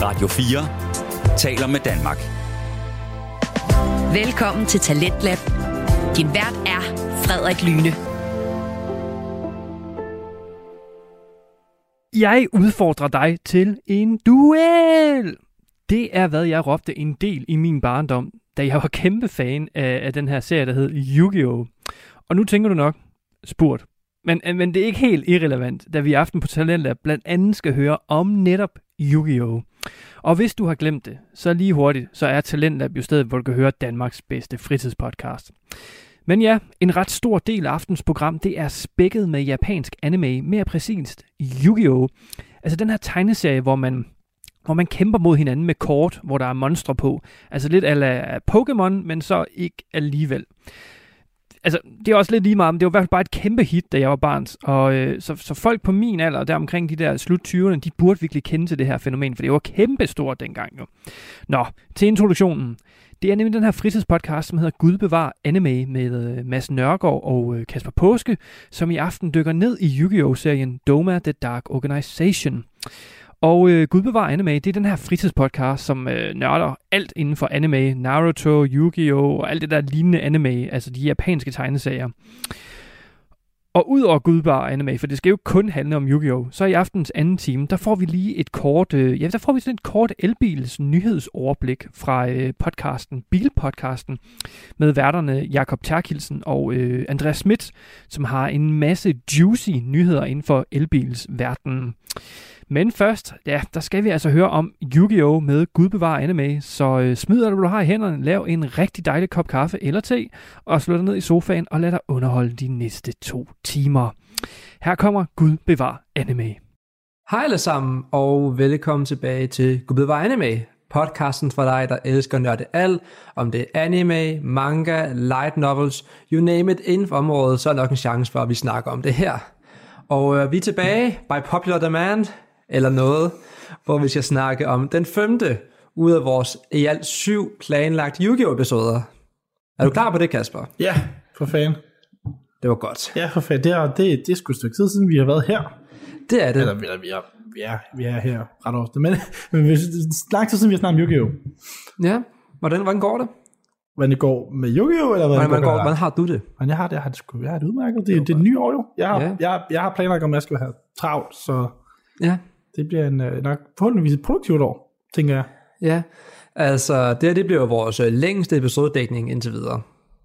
Radio 4 taler med Danmark. Velkommen til Talentlab. Din vært er Frederik Lyne. Jeg udfordrer dig til en duel. Det er, hvad jeg råbte en del i min barndom, da jeg var kæmpe fan af den her serie, der hed Yu-Gi-Oh! Og nu tænker du nok, spurgt. Men det er ikke helt irrelevant, da vi i aften på Talentlab blandt andet skal høre om netop Yu-Gi-Oh! Og hvis du har glemt det, så lige hurtigt, så er Talentlab jo stedet, hvor du kan høre Danmarks bedste fritidspodcast. Men ja, en ret stor del af aftens program, det er spækket med japansk anime, mere præcist Yu-Gi-Oh! Altså den her tegneserie, hvor man kæmper mod hinanden med kort, hvor der er monstre på. Altså lidt a la Pokémon, men så ikke alligevel. Altså, det er også lidt lige meget, men det var i hvert fald bare et kæmpe hit, da jeg var barns. Og så folk på min alder, der omkring de der slut 20'erne, de burde virkelig kende til det her fænomen, for det var kæmpe stort dengang jo. Nå, til introduktionen. Det er nemlig den her fritidspodcast, som hedder Gud bevar anime med Mads Nørgaard og Kasper Påske, som i aften dykker ned i Yu-Gi-Oh!-serien Doma The Dark Organization. Og Gud bevar anime, det er den her fritidspodcast, som nørder alt inden for anime, Naruto, Yu-Gi-Oh! Og alt det der lignende anime, altså de japanske tegneserier. Og ud over Gud bevar anime, for det skal jo kun handle om Yu-Gi-Oh!, så i aftens anden time, der får vi lige et kort, der får vi sådan et kort elbils nyhedsoverblik fra podcasten, Bilpodcasten, med værterne Jakob Terkildsen og Andreas Schmidt, som har en masse juicy nyheder inden for elbilsverdenen. Men først, ja, der skal vi altså høre om Yu-Gi-Oh! Med Gud bevar anime, så smid hvad du har i hænderne, lav en rigtig dejlig kop kaffe eller te, og slå dig ned i sofaen og lad dig underholde de næste 2 timer. Her kommer Gud bevar anime. Hej alle sammen, og velkommen tilbage til Gud bevar anime, podcasten for dig, der elsker nørde alt, om det er anime, manga, light novels, you name it, inden for området, så er nok en chance for, at vi snakker om det her. Og vi er tilbage, by popular demand, eller noget, hvor vi skal snakke om den 5. ud af vores i alt 7 planlagt Yu-Gi-Oh! Episoder. Er du klar på det, Kasper? Ja, for fanden. Det var godt. Ja, for fanden. Det er sgu et stykke tid siden, vi har været her. Det er det. Eller vi er her ret ofte. Men lang tid siden, vi har snakket om Yu-Gi-Oh! Ja, hvordan går det? Hvordan det går med Yu-Gi-Oh! Eller hvordan har du det? Men jeg har det udmærket. Det er nye år jo. Jeg har planlagt, om jeg skal have travlt, så ja. Det bliver nok forhåbentligvis et produktivt år, tænker jeg. Ja, altså det bliver jo vores længste episodedækning indtil videre.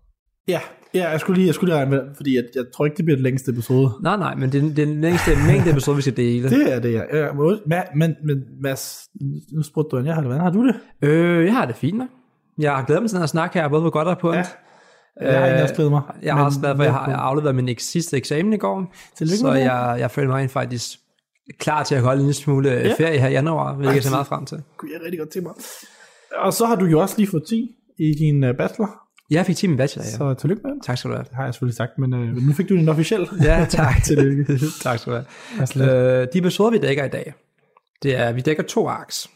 Ja, jeg skulle lige regne med, fordi jeg tror ikke, det bliver den længste episode. Nej, men det er den længste mængde episode, vi skal dele. Det er det, ja. Men Mads, nu spurgte du, hvordan har du det? Jeg har det fint. Jeg har glædet mig til den her snak her, både på godt og på ondt. Ja. Jeg har ikke også glædet mig. Jeg har også været, for jeg har afleveret min sidste eksamen i går, så jeg føler mig faktisk klar til at holde en lille smule ferie her i januar, hvilket jeg ser meget frem til. Kunne jeg rigtig godt til mig. Og så har du jo også lige fået 10 i din bachelor. Jeg fik 10 i min bachelor, ja. Så tillykke med det. Tak skal du have. Det har jeg selvfølgelig sagt, men nu fik du den officielt. Ja, tak. Tillykke. Tak skal du have. De episoder, vi dækker i dag, vi dækker 2 arcs.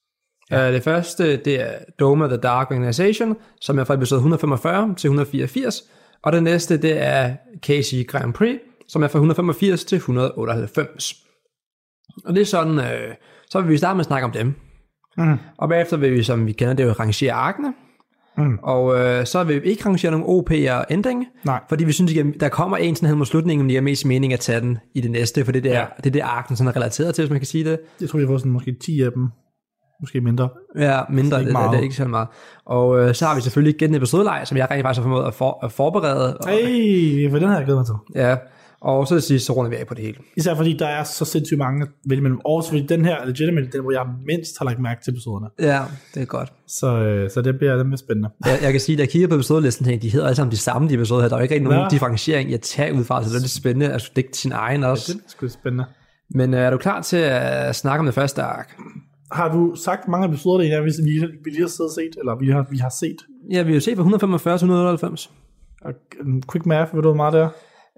Ja. Det første, det er Doma The Dark Organization, som er fra episode 145 til 184. Og det næste, det er KC Grand Prix, som er fra 185 til 198. Og det er sådan, så vil vi starte med at snakke om dem. Mm. Og bagefter vil vi, som vi kender det, jo rangere arkene. Mm. Og så vil vi ikke rangere nogle OP'er ending. Nej. Fordi vi synes, at der kommer en sådan her mod slutningen, men det er mest mening at tage den i det næste, for det er det arken sådan er relateret til, hvis man kan sige det. Jeg tror, vi får sådan måske 10 af dem. Måske mindre. Ja, mindre. Det er ikke så meget. Og så har vi selvfølgelig igen en episodeleje, som jeg rigtig faktisk har formået at forberede. Hey, for den her jeg glæder mig til. Ja, og så sidst, så runder vi af på det hele. Især fordi der er så sindssygt mange vælge mellem. Også fordi den her er legitimately den, hvor jeg mindst har lagt mærke til episoderne. Ja, det er godt. Så det bliver spændende. Jeg kan sige, at jeg kigger på episodelisten, de hedder alle sammen de samme de episoder her. Der er jo ikke rigtig nogen differentiering i at tage ud fra, så det er lidt spændende at dække sin egen også. Ja, det er sgu spændende. Men er du klar til at snakke om det første ark? Har du sagt mange episoder, vi lige har set, eller vi har set? Ja, vi har set fra 145 til 198. Og quick math, ved du hvor meget det er?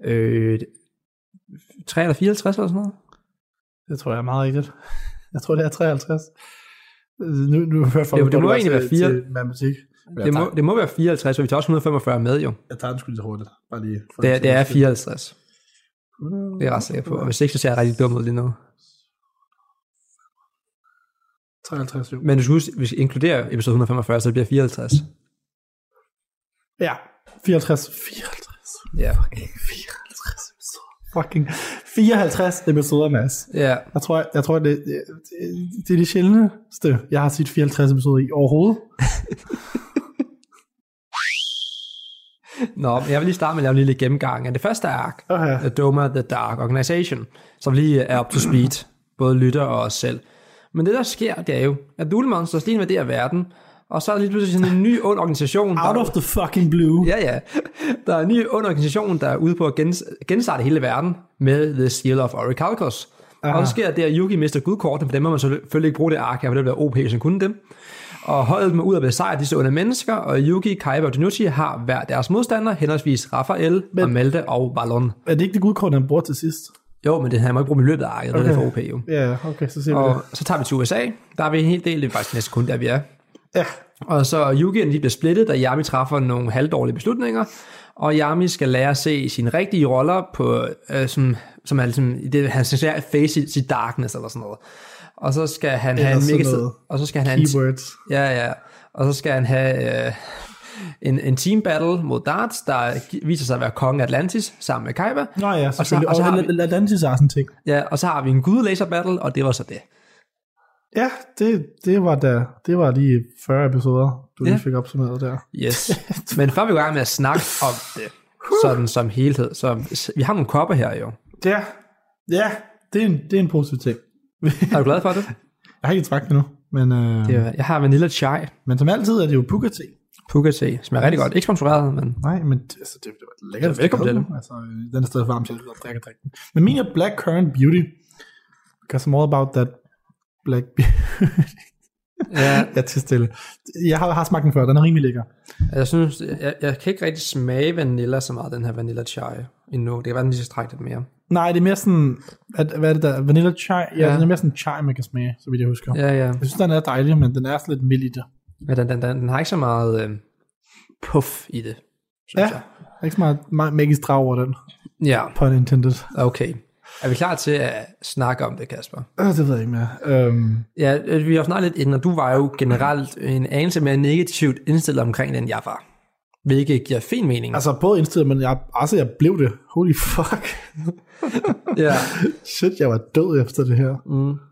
3 eller 54 eller sådan noget? Det tror jeg er meget rigtigt. Jeg tror, det er 53. Nu hørt for det må egentlig være 4. Matematik. Det må være 54, så vi tager også 145 med jo. Jeg tager den sgu lige så hurtigt. Bare lige det er 54. Det er jeg ret sikker på. Og hvis ikke, så ser jeg rigtig dum ud lige nu. 53, jo. Men du skal huske, hvis vi inkluderer episode 145, så det bliver 54. Ja, 54. Ja. Fucking 54 episoder. Fucking 54 episoder, Mads. Ja. Jeg tror det er det sjældneste, jeg har set 54 episoder i overhovedet. Nå, jeg vil lige starte med at lave en lille gennemgang af det første ark, Okay. Doma the Dark Organization, som lige er up to speed, både lytter og os selv. Men det, der sker, det er jo, at Duel Monsters, de invaderer verden, og så er der lige pludselig sådan en ny ond organisation. Out of the fucking blue. Ja. Der er en ny ond organisation, der er ude på at genstarte hele verden med The Seal of Orichalcos. Og så sker det, at Yugi mister gudkortene, for dem må man selvfølgelig ikke bruge det ark her, for det vil være OP, som kunne dem. Og holdet med ud at besejre disse onde mennesker, og Yugi, Kaiba og Danuchi har hver deres modstander, henholdsvis Raphael, Malte og Valon. Er det ikke det gudkort, han bruger til sidst? Jo, men det her må ikke bruge miljøet af arket, det er for OP jo. Ja, okay, så ser vi og det. Så tager vi til USA, der er vi en hel del, det er faktisk næste kun, der vi er. Ja. Og så Yugi og de bliver splittet, da Yami træffer nogle halvdårlige beslutninger, og Yami skal lære at se sine rigtige roller på, som er ligesom, det, han skal face i darkness eller sådan noget. Og så skal han have en mega og så skal han have keywords. Ja. Og så skal han have en team battle mod Darts, der viser sig at være kongen Atlantis sammen med Kaiba. Nå ja, selvfølgelig. Og så har vi Atlantis er sådan en ting. Ja, og så har vi en gudlaser battle, og det var så det. Ja, det var lige 40 episoder, du lige fik opsummeret der. Yes. Men før vi går i gang med at snakke om det, sådan som helhed, så vi har nogle kopper her jo. Ja, det er en positiv ting. Er du glad for det? Jeg har ikke smagt det nu, men... jeg har vanilla chai. Men som altid er det jo puka-te. Puka-te smager rigtig godt. Ikke sponsoreret, men... Nej, men altså, det var lækkert. Det er velkommen til det. Altså, den er stadig varmt til at drikke den. Men min er Black Currant Beauty. Because I'm all about that Black Beauty. Ja. Jeg er til stille. Jeg har smagt den før, den er rimelig lækker. Jeg synes, jeg kan ikke rigtig smage vanilla så meget, den her vanilla chai endnu. Det kan være, den lige skal strække lidt mere. Nej, det er mere sådan, hvad er det der? Vanilla chai? Ja, den er mere sådan chai, man kan smage, så vidt jeg husker. Ja. Jeg synes, den er dejlig, men den er sådan lidt mild i det. Ja, den har ikke så meget puff i det, synes jeg. Ikke så meget magisk drag over den. Ja. Pun intended. Okay. Er vi klar til at snakke om det, Kasper? Det ved jeg ikke mere. Ja, vi har snakket lidt inden, og du var jo generelt en anelse mere negativt indstillet omkring den, jeg var. Hvilket giver fin mening. Altså både indstillet, men jeg blev det. Holy fuck. Ja. Shit, jeg var død efter det her.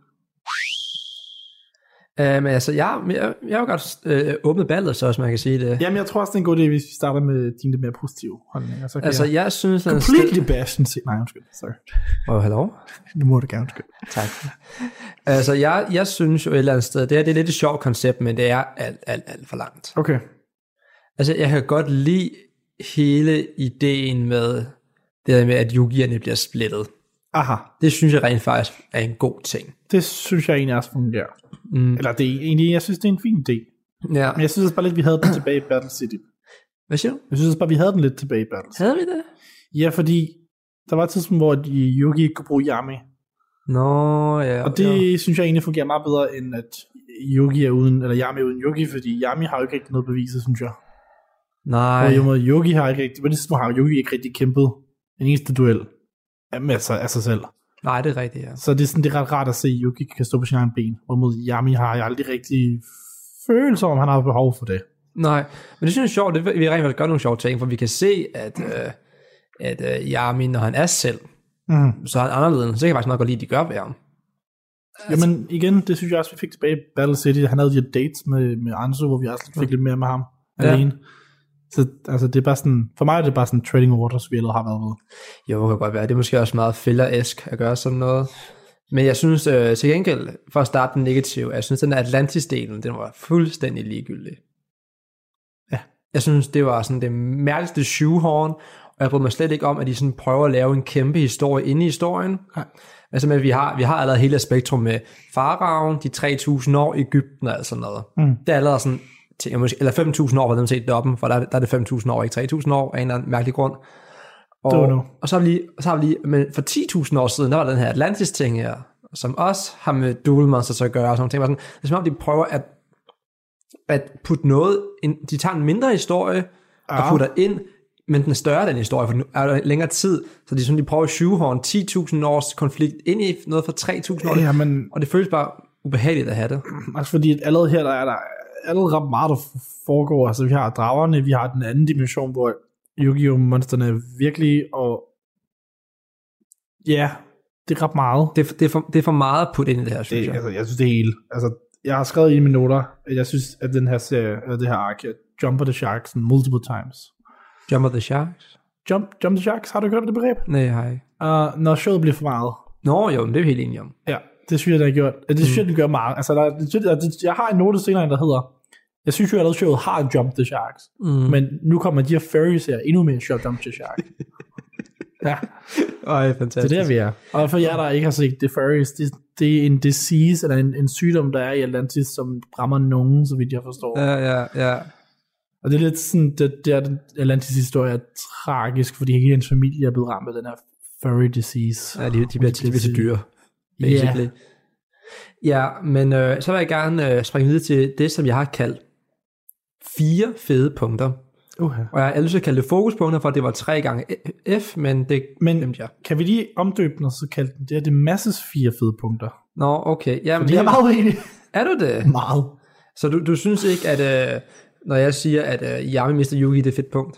Men altså, jeg har jo godt åbnet ballet, så også man kan sige det. Jamen, jeg tror også, det er en god idé, hvis vi starter med dine lidt mere positive holdninger. Så altså, jeg synes... Completely bashed. Nej, undskyld. Sorry. Hallo? Nu må du gerne, undskyld. Tak. Altså, jeg synes jo et eller andet sted, det er lidt et sjovt koncept, men det er alt for langt. Okay. Altså, jeg kan godt lide hele ideen med det der med, at Yugierne bliver splittet. Aha. Det synes jeg rent faktisk er en god ting. Det synes jeg egentlig også fungerer. Eller det er egentlig, jeg synes, det er en fin idé. Ja. Men jeg synes også bare lidt, vi havde den tilbage i Battle City. Hvad siger du? Jeg synes også bare, vi havde den lidt tilbage i Battle City. Havde vi det? Ja, fordi der var et tidspunkt, hvor Yugi ikke kunne bruge Yami. Nå, ja. Og det synes jeg egentlig fungerer meget bedre, end at Yugi er uden, eller Yami er uden Yugi, fordi Yami har jo ikke rigtig noget beviset, synes jeg. Nej. Og Yugi har ikke rigtig, på det tidspunkt har Yugi ikke rigtig kæmpet en eneste duel med af sig selv. Nej, det er rigtigt, ja. Så det er sådan, det er ret rart at se, at Yugi kan stå på sin egen ben, hvorimod Yami har jeg aldrig rigtig følelse om, han har behov for det. Nej, men det synes jeg er sjovt, det vi rent faktisk gør nogle sjove ting, for vi kan se, at Yami, når han er selv, så er han anderledes, så kan jeg faktisk nok godt lide, at de gør ved ham. Altså, jamen igen, det synes jeg også, vi fik tilbage i Battle City. Han havde de her dates med Anzu, hvor vi også fik lidt mere med ham alene. Så altså, det er bare sådan, for mig er det bare sådan trading waters, vi allerede har været med. Jo, det kan godt være. Det er måske også meget filler-esk at gøre sådan noget. Men jeg synes til gengæld, for at starte den negative, jeg synes, den der Atlantis-delen, den var fuldstændig ligegyldig. Ja. Jeg synes, det var sådan det mærkeligste shoehorn, og jeg bryder mig slet ikke om, at de sådan prøver at lave en kæmpe historie inde i historien. Ja. Altså, men vi har allerede hele spektrum med Faraoen, de 3.000 år i Egypten og alt sådan noget. Det er allerede sådan, eller 5.000 år, hvor dem set deroppe, for der er det 5.000 år, ikke 3.000 år, af en eller anden mærkelig grund. Og så har vi lige, men for 10.000 år siden, der var den her Atlantis-ting her, som også har med Duel Monsters at gøre, og sådan ting. Det er som om, de prøver at putte noget ind, de tager en mindre historie, og putter ind, men den er større den historie, for den er længere tid, så de prøver at shoehorn 10.000 års konflikt ind i noget for 3.000 år, og det føles bare ubehageligt at have det. Altså fordi at allerede her, der er allerede ret meget, der foregår. Altså vi har dragerne, vi har den anden dimension, hvor Yu-Gi-Oh! Monsterne er virkelig, og ja, det er ret meget. Det er for meget at putte ind i det her, synes jeg. Altså, jeg synes det hele. Altså, jeg har skrevet i mine noter, at jeg synes, at den her serie, eller det her ark, jumper the sharks multiple times. Jumper the sharks? Jump the sharks, har du hørt det begreb? Nej, hej. Når showet bliver for meget. Nå jo, men det er vi helt enige om. Ja, det synes jeg, det har gjort. Det synes jeg, det gør meget. Altså, jeg har en note senere, der hedder, jeg synes jo, at showet har Jump the Sharks, men nu kommer de her furries her endnu mere Jump the Sharks. Ja. Fantastisk. Det er der, vi er. Og for jer, der ikke har set The Furries, det er en disease, eller en sygdom, der er i Atlantis, som rammer nogen, så vidt jeg forstår. Ja. Og det er lidt sådan, den Atlantis historie er tragisk, fordi hele ens familie er blevet ramt af den her furry disease. Ja, de bliver til dyr. Basically. Ja, men så vil jeg gerne springe videre til det, som jeg har kaldt 4 fede punkter. Og jeg har lyst til at kalde det fokuspunkter, for det var 3 gange F, men det glemte jeg. Kan vi lige omdøbe den, og så kalde den det masses 4 fede punkter? Nå, okay. Jamen, det er meget uenig. Er du det? Meget. Så du synes ikke, at når jeg siger, at Yami Mr. Yugi, det er et fedt punkt?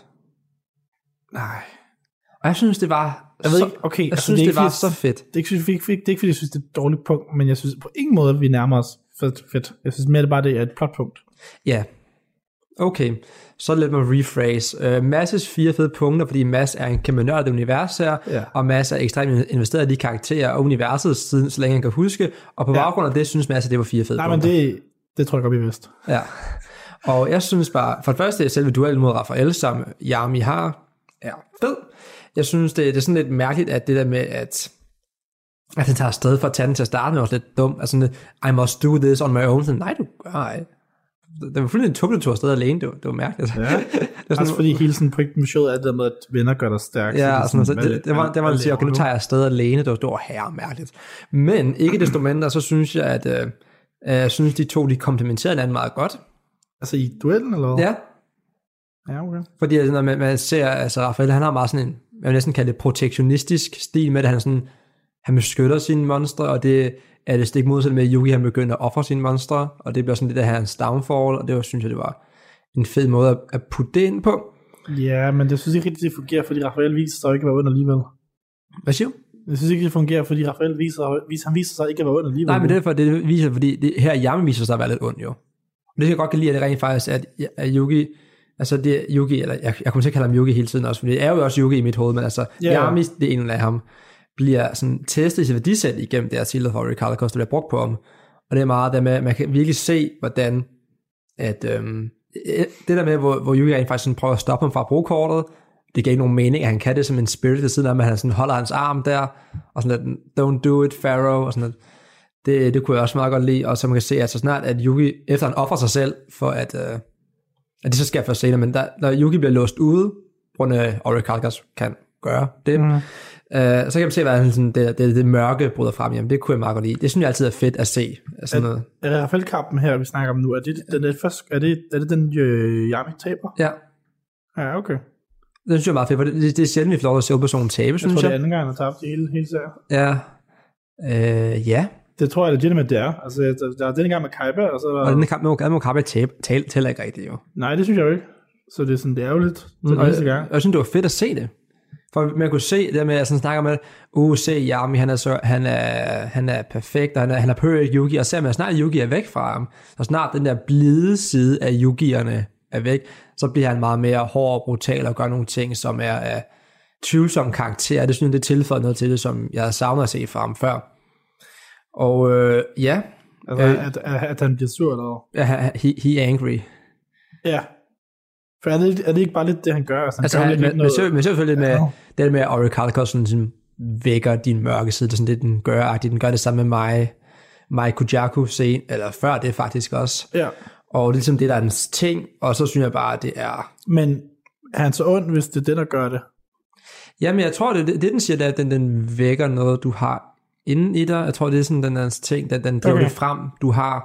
Nej. Og jeg synes, det var det var så fedt. Det er ikke, fordi jeg synes, det er et dårligt punkt, men jeg synes på ingen måde, at vi nærmer os fedt. Jeg synes mere, det bare det er et plotpunkt. Ja. Okay, så lad mig rephrase. Masses 4 fede punkter, fordi Mads er en kæmpe nørdet univers her, og Mads er ekstremt investeret i de karakterer og universet, siden så længe han kan huske, og på baggrund af det, synes Mads, at det var 4 fede punkter. Nej, men det tror jeg godt, vi vidste. Ja, og jeg synes bare, for det første, selve duellen mod Raphael, som Yami har, er fed. Jeg synes, det er sådan lidt mærkeligt, at det der med, at han tager afsted for at tage den til at starte med, også lidt dumt. Altså, I must do this on my own. Så, nej, du gør ej. Det var fuldstændig en tog afsted alene. Det var mærkeligt. Ja. Det er sådan, fordi hele sådan pointen med showet er det med, at venner gør dig stærk. Ja, det var at sige, okay, nu tager jeg afsted alene. Det var herremærkeligt. Men ikke desto mindre, så synes jeg, at jeg synes, de to, de komplementerede hinanden meget godt. Altså i duellen, eller hvad? Ja. Ja, okay. Fordi når man ser, altså Raphael, han har meget sådan en, jeg vil næsten kalde det protektionistisk stil med det. Han beskytter sine monstre, og det er det stik modsat med, at Yugi han begynder at ofre sine monstre, og det bliver sådan lidt af hans downfall, og det var, synes jeg, det var en fed måde at putte det ind på. Ja, men det synes ikke rigtig, det fungerer, fordi Raphael viser sig ikke at være ond alligevel. Hvad siger du? Jeg synes ikke, det fungerer, fordi Raphael viser sig ikke at være ond alligevel. Nej, men det viser, fordi det her Yami viser sig at være lidt ond, jo. Og det kan jeg godt lide, at det rent faktisk at Yugi, altså det er Yugi, eller jeg kommer til at kalde ham Yugi hele tiden også, for det er jo også Yugi i mit hoved, men altså Yami, det er en af ham, bliver sådan testet i sit værdisæt igennem det her Seal of Orichalcos, der bliver brugt på ham. Og det er meget der med, at man kan virkelig se, hvordan at det der med, hvor Yugi rent faktisk sådan prøver at stoppe ham fra at bruge kortet, det giver ikke nogen mening, at han kan det som en spirit ved siden af, at han sådan holder hans arm der, og sådan lidt, don't do it, Pharaoh, og sådan lidt. Det kunne jeg også meget godt lide, og så man kan se, at så snart, at Yugi, efter han offrer sig selv, for at det så sker først senere, men når Yugi bliver låst ude, på grund af Orichalcos kan gøre det, så kan man se, hvordan sådan, det mørke bryder frem. Jamen, det kunne jeg meget godt lide. Det synes jeg altid er fedt at se. Sådan er Raphael-kampen her, vi snakker om nu, er det den Yami taber? Ja. Ja, okay. Det synes jeg er meget fedt, for det er sjældent, vi får lov at se personen tabe, synes jeg. Jeg tror, det er anden gang, han har tabt i hele serien. Ja. Ja. Det tror jeg legitimt, det er. Altså, der er denne gang med Kaiba, og så er der... Og denne kamp med Kaiba tæller ikke rigtigt, jo. Nej, det synes jeg jo ikke. Så det er sådan, det er ærgerligt. Jeg synes, det var fedt at se det. For man kunne se det med, at jeg snakker med, se Yami, han er perfekt, og han er perfect Yugi, og ser man snart Yugi er væk fra ham, og snart den der blide side af Yugierne er væk, så bliver han meget mere hård og brutal, og gør nogle ting, som er af tvivlsom karakter. Det synes jeg, det tilføjer noget til det, som jeg havde savnet at se fra ham før. Og ja. Altså, at han bliver sur, eller hvad? Ja, he angry. Ja. For er det ikke bare lidt det, han gør? Altså, men selvfølgelig med det med Orichalcos sådan vækker din mørke side, det er sådan det, den gør. Den gør det samme med Mai Kujaku scene, eller før det faktisk også. Ja. Og det er ligesom det, der er dens ting, og så synes jeg bare, at det er... Men er han så ond, hvis det er det, der gør det? Jamen, jeg tror, det den siger, at den vækker noget, du har inden i dig. Jeg tror, det er sådan den ting, den driver det frem. Du har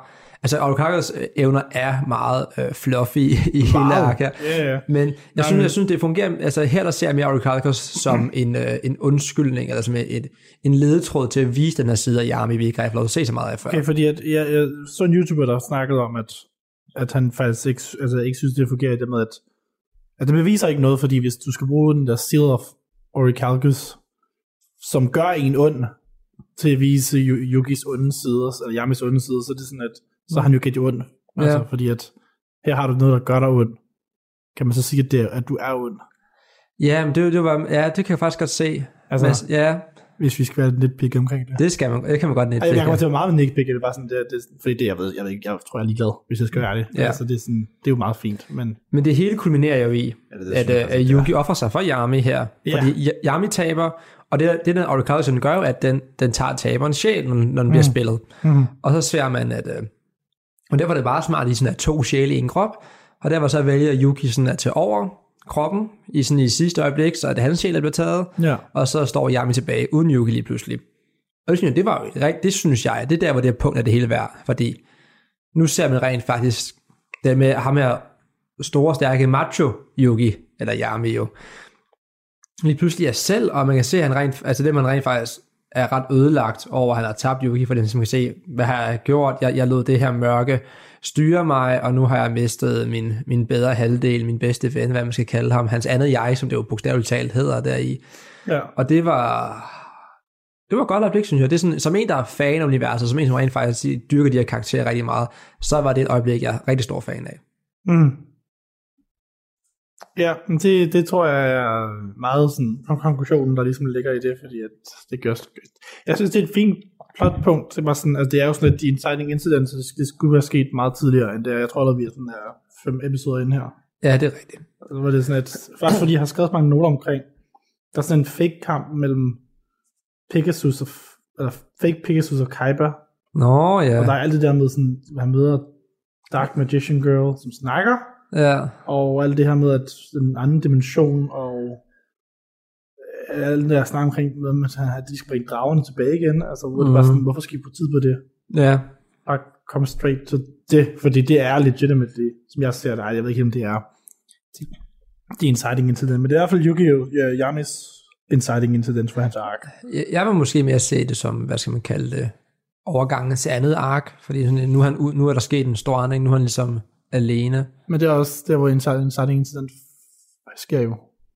Altså, Alucard's evner er meget fluffy i hele ark her. Yeah. Men jeg synes, det fungerer... Altså, her der ser jeg mere Alucard som en undskyldning, eller som en ledetråd til at vise den her side af Yami, vi ikke har fået at se så meget af før. Okay, fordi jeg så en YouTuber, der snakkede om, at han faktisk ikke synes, det fungerer i det med, at det beviser ikke noget, fordi hvis du skal bruge den der Seal of Orichalcus, som gør en ond, til at vise Yugis onde sider, eller Yamis onde sider, så er det sådan, at så har han jo gæt ond. Altså, fordi at her har du noget, der gør dig ond. Kan man så sige, at du er ond? Ja, men det kan jeg faktisk godt se. Altså, ja. Hvis vi skal være lidt pick omkring det. Det kan man godt nitpick. Jeg kommer til at være meget med nitpick, det er bare sådan, fordi det, jeg tror, jeg er ligeglad, hvis jeg skal være det. Ja. Altså, det er jo meget fint. Men det hele kulminerer jo i, at Yugi offrer sig for Yami her. Fordi Yami taber, og det den Alucard gør jo, at den tager taberens sjæl, når den bliver spillet. Og så ser man, at... og derfor er det bare smart, at de sådan er 2 sjæle i en krop, og derfor så vælger Yugi sådan at tage over kroppen i sidste øjeblik, så er det hans sjæl, der bliver taget, og så står Yami tilbage uden Yugi lige pludselig. Og det var jo det synes jeg, det er der, hvor det er punkt af det hele værd, fordi nu ser man rent faktisk, det med ham her store, stærke macho Yugi, eller Yami jo, lige pludselig er selv, og man kan se, at man rent faktisk er ret ødelagt over, at han har tabt Yugi, for den som kan se, hvad har jeg gjort, jeg lod det her mørke styre mig, og nu har jeg mistet min bedre halvdel, min bedste ven, hvad man skal kalde ham, hans andet jeg, som det jo bogstaveligt talt hedder deri. Ja. Og det var godt øjeblik, synes jeg. Det er sådan, som en, der er fan af universet, som en, som rent faktisk dyrker de her karakterer rigtig meget, så var det et øjeblik, jeg er rigtig stor fan af. Ja, det tror jeg er meget sådan konklusionen, der ligesom ligger i det, fordi at det gør... Jeg synes, det er et fint plotpunkt. Det er, sådan, altså, det er jo sådan, at de inciting incidents, det skulle være sket meget tidligere, end det er. Jeg tror, der vi er sådan her 5 episoder inde her. Ja, det er rigtigt. Så var det sådan, at først fordi jeg har skrevet så mange noter omkring, der er sådan en fake kamp mellem fake Pegasus og Kaiba. Nå, ja. Og der er alt det der med sådan, han møder Dark Magician Girl, som snakker. Ja. Og alt det her med, at den anden dimension, og alt det der snak omkring, at de skal bringe dragerne tilbage igen. Altså, hvor det bare sådan, hvorfor skal I på tid på det? Ja. Bare komme straight til det, fordi det er legitimately, som jeg ser det. Jeg ved ikke, om det er de inciting incident, men det er i hvert fald Yamis inciting incident for hans ark. Jeg vil måske mere se det som, hvad skal man kalde det, overgangen til andet ark, fordi sådan, nu er der sket en stor ændring, nu er han ligesom alene. Men det er også der, hvor inciting incident sker jo.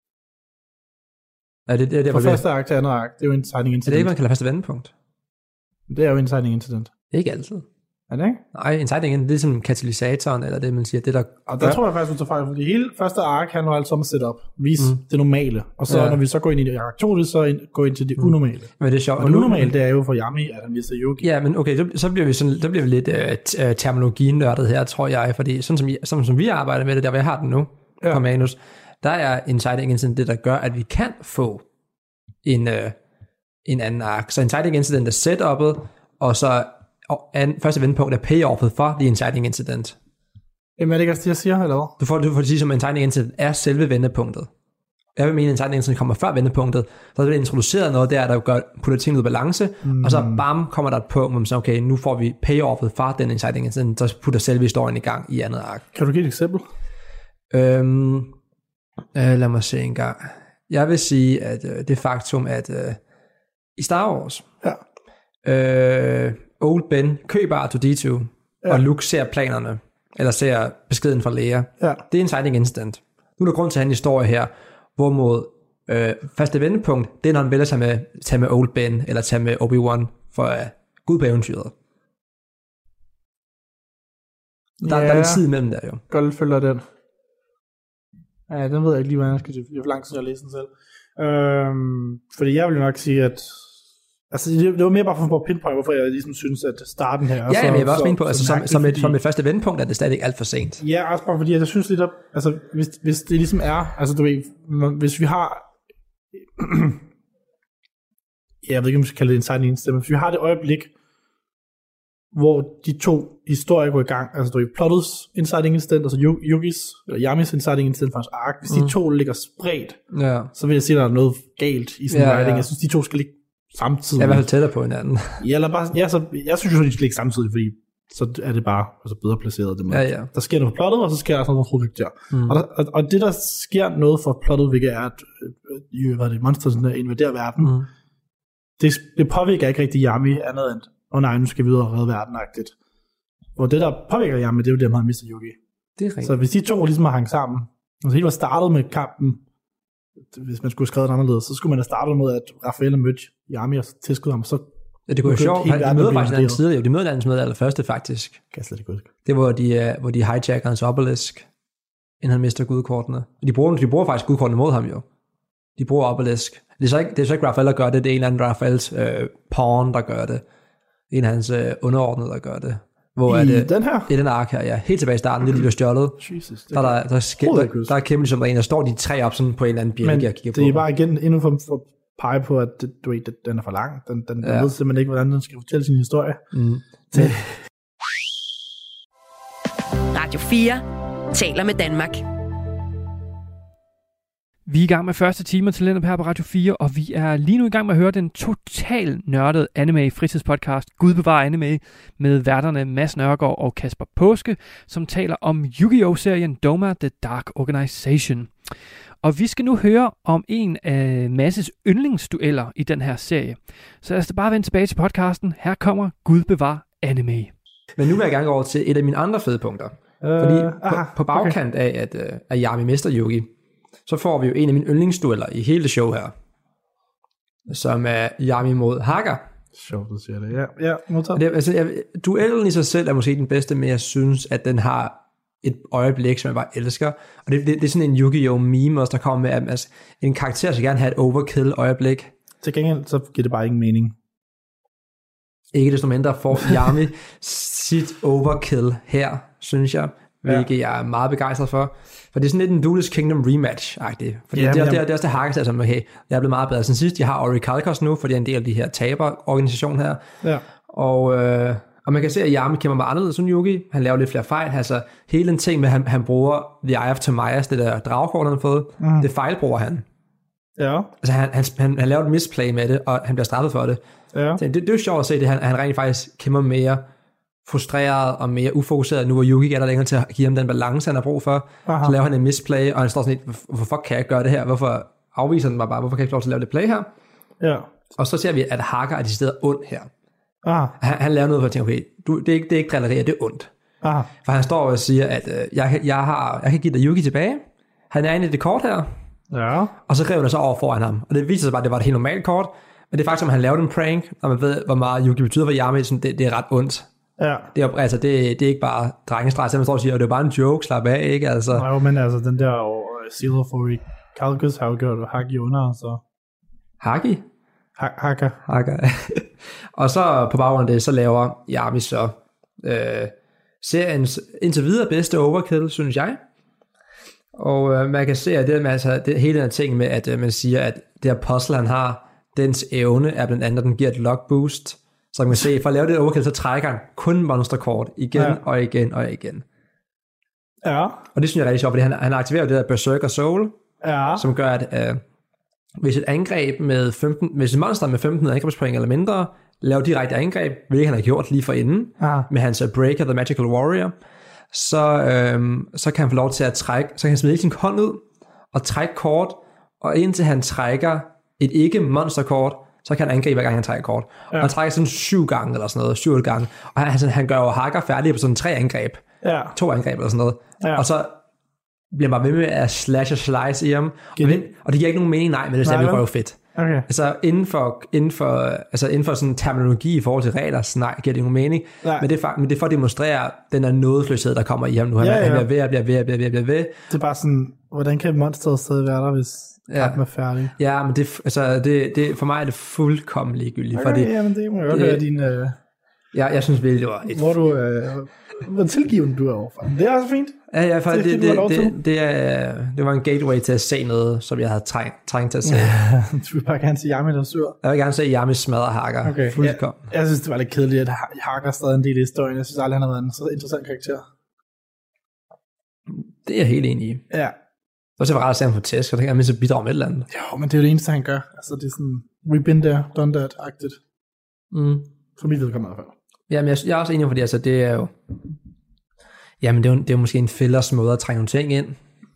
Ja, det fra første ark til andet ark, det er jo inciting incident. Er det ikke, man kalder første vendepunkt? Det er jo inciting incident. Ikke altid. Er det ikke? Nej, inciting incident, det er som katalysatoren, eller det man siger, det der... Og der tror jeg faktisk, du tager fejl, fordi hele første ark handler altså om at sætte op, vise det normale, og så når vi så går ind i det ark 2, så går ind til det unormale. Men det er sjovt. Og det unormale, det er jo for Yami, at han viser Yugi. Ja, men okay, så bliver vi lidt terminologinørdet her, tror jeg, fordi sådan som vi arbejder med det, der hvor jeg har den nu, på manus, der er inciting incident det, der gør, at vi kan få en anden ark. Så inciting incident er setup'et, og så første vendepunkt er payoffet for the inciting incident. Jamen er det ikke også det, jeg siger, eller hvad? Du får det sige, som inciting incident er selve vendepunktet. Jeg vil mene, at inciting incident kommer før vendepunktet, så er det introduceret noget der putter tingene ud i balance, og så bam, kommer der et punkt, hvor man siger, okay, nu får vi payoffet fra den inciting incident, så putter selve historien i gang i andet ark. Kan du give et eksempel? Lad mig se en gang. Jeg vil sige, at det faktum, at i Star Wars, Old Ben køber R2-D2, og Luke ser planerne, eller ser beskeden fra Leia. Det er inciting incident. Nu er der grund til en historie her, hvorimod første vendepunkt, det er, når han vælger sig med tage med Old Ben, eller tage med Obi-Wan, for gå ud på eventyret. Der er lidt tid imellem der jo. Godt følger den. Ja, den ved jeg ikke lige, hvordan jeg skal til. Det er for lang tid, jeg læser den selv. Fordi jeg vil nok sige, at altså, det var mere bare for at pinpoint, hvorfor jeg ligesom synes, at starten her... Ja, men jeg var også mene på, altså, som et første vendepunkt, er det stadig alt for sent. Ja, også bare fordi, jeg synes lidt, altså, hvis det ligesom er... Altså, du ved, hvis vi har... jeg ved ikke, om vi skal kalde det inciting incident, men hvis vi har det øjeblik, hvor de to historier går i gang, altså du ved, plottets inciting incident, altså Yugis, eller Yamis inciting incident for hans ark, hvis de to ligger spredt, så vil jeg sige, at der er noget galt i sådan en writing. Jeg synes, de to skal ligge samtidig. Jeg er i hvert fald tættere på hinanden. Ja, eller bare, så jeg synes jo, de skal ligge samtidig, fordi så er det bare altså bedre placeret. Det Ja. Der sker noget på plottet, og så sker der sådan noget hovedvægt der. Og det, der sker noget for plottet, hvilket er, at monster sådan invaderer verden, det påvirker ikke rigtig Yami andet end, nej, nu skal vi ud og redde verden-agtigt. Og det, der påvirker Yami, det er jo det, han mister Yugi. Det er rigtigt. Så hvis de to ligesom har hængt sammen, og så helt var startet med kampen, hvis man skulle have skrevet det anderledes, så skulle man have startet med, at Raphael mødte Yami og tilskud ham, så ja, det kunne jo sjovt. De møder faktisk den anden side. De møder den med allerførste, faktisk. Kan jeg slet ikke huske. Det var, hvor de hijacker hans obelisk, inden han mister gudkortene. De bruger faktisk gudkortene mod ham jo. De bruger obelisk. Det er så ikke Raphael, der gør det. Det er en eller anden Raphaels pawn, der gør det. En af hans underordnede, der gør det. Hvor I er det? Den her? I den ark her, ja. Helt tilbage i starten, det bliver stjålet. Jesus. Der er kæmpe, ligesom der er en, der står de tre op sådan på en eller anden bjælke og kigger på. Det er bare igen endnu for pege på, at du ved, den er for lang. Den ved simpelthen ikke, hvordan den skal fortælle sin historie. Radio 4 taler med Danmark. Vi er i gang med første time til Lennep her på Radio 4, og vi er lige nu i gang med at høre den total nørdede anime-fritidspodcast Gud bevarer anime med værterne Mads Nørgaard og Kasper Påske, som taler om Yu-Gi-Oh!-serien Doma The Dark Organization. Og vi skal nu høre om en af Masses yndlingsdueller i den her serie. Så lad os da bare vende tilbage til podcasten. Her kommer Gud bevarer anime. Men nu vil jeg gerne gå over til et af mine andre fede punkter. Fordi på bagkant af, at Yami mister Yugi, så får vi jo en af mine yndlingsdueller i hele det show her, som er Yami mod Haga. Sjovt, du siger det. Ja, modtaget. Duellen i sig selv er måske den bedste, men jeg synes, at den har et øjeblik, som jeg bare elsker. Og det er sådan en Yu-Gi-Oh! Meme også, der kommer med, at altså, en karakter skal gerne have et overkill øjeblik. Til gengæld, så giver det bare ingen mening. Ikke desto mindre får Yami sit overkill her, synes jeg. Hvilket jeg er meget begejstret for. For det er sådan lidt en Duelist Kingdom rematch-agtigt. Fordi det er også det Haga, som okay, jeg er blevet meget bedre siden sidst. Jeg har Orichalcos nu, fordi jeg er en del af de her taberorganisation her. Ja. Og man kan se, at Yami kæmper med anderledes end Yugi. Han laver lidt flere fejl. Altså, hele en ting med, at han bruger The Eye of Timaeus, det der dragkort, han har fået, det fejlbruger han. Ja. Altså, han laver et misplay med det, og han bliver straffet for det. Ja. Det er jo sjovt at se det, han rent faktisk kæmper mere frustreret og mere ufokuseret, nu hvor Yugi er der længere til at give ham den balance, han har brug for. Aha. Så laver han en misplay, og han står sådan lidt, hvorfor kan jeg ikke gøre det her? Hvorfor afviser den mig bare? Hvorfor kan jeg ikke lov til at lave det play her? Ja. Og så ser vi, at Haga er de steder ond her. Han laver noget for at tænke, okay, det er ikke drillerier, det er ondt. Aha. For han står og siger, at jeg kan give dig Yugi tilbage. Han er inde i det kort her. Ja. Og så rev han så over foran ham. Og det viser sig bare, at det var et helt normalt kort. Men det er faktisk, at han lavede en prank, og man ved, hvor meget Yugi betyder for Yami, det er ret ondt. Ja. Det er ikke bare drengestreg, som man står og siger, og det er bare en joke, slap af, ikke? Altså. Nej, men altså, den der Silver for Orichalcos har jo gjort Hagi under, så... Hagi? Haga. Og så på baggrund af det, så laver Yami så seriens indtil videre bedste overkill, synes jeg. Og man kan se, at det hele den ting med, at man siger, at det her puzzle, han har, dens evne er blandt andet, at den giver et luck boost. Så kan man se, for at lave det overkill, så trækker han kun monsterkort igen og igen og igen. Ja. Og det synes jeg er rigtig sjovt, fordi han aktiverer det der Berserker Soul, som gør, at hvis et angreb med 15, hvis et monster med 15 angrebspoint eller mindre, laver direkte angreb, hvilket han har gjort lige forinden, med hans Breaker, The Magical Warrior, så kan han få lov til at trække, så kan han smide sin hånd ud, og trække kort, og indtil han trækker et ikke-monsterkort, så kan han angribe hver gang han trækker kort. Og han trækker sådan 7 gange eller sådan noget, 7 gange. Og han gør jo Haga færdig på sådan 3 angreb. 2 angreb eller sådan noget. Ja. Og så bliver man bare ved med at slash og slice i ham. Og det giver ikke nogen mening, nej, men det er jo fedt. Okay. Altså inden for sådan terminologi i forhold til regler, så nej, giver det nogen mening. Men det er for at demonstrere den der nådesløshed, der kommer i ham nu. Han bliver ved. Det er bare sådan, hvordan kan monsteret stadig være der, hvis kampen er færdig? Ja, men det for mig er det fuldkommen ligegyldigt. Okay, fordi, men det må jeg godt høre din... jeg synes virkelig, det var et... Hvor tilgivende du er overfor. Det er også fint. Ja, for det var en gateway til at se noget, som jeg havde trængt til at se. Du vil bare gerne se Yami, der er sur. Jeg vil gerne se Yami smadre Haga. Okay. Jeg synes, det var lidt kedeligt, at Haga er stadig en del af historien. Jeg synes aldrig, han har været en så interessant karakter. Det er jeg helt enig i. Ja. Så var det rart at se ham på tæsk, og det kan han så bidrage med et eller andet. Jo, men det er jo det eneste, han gør. Altså, det er sådan, we've been there, done that-agtigt. For mit vedkommende i hvert fald. Jamen, jeg er også enig, fordi altså, det er jo... Jamen, det er jo måske en fællers måde at trænge nogle ting ind.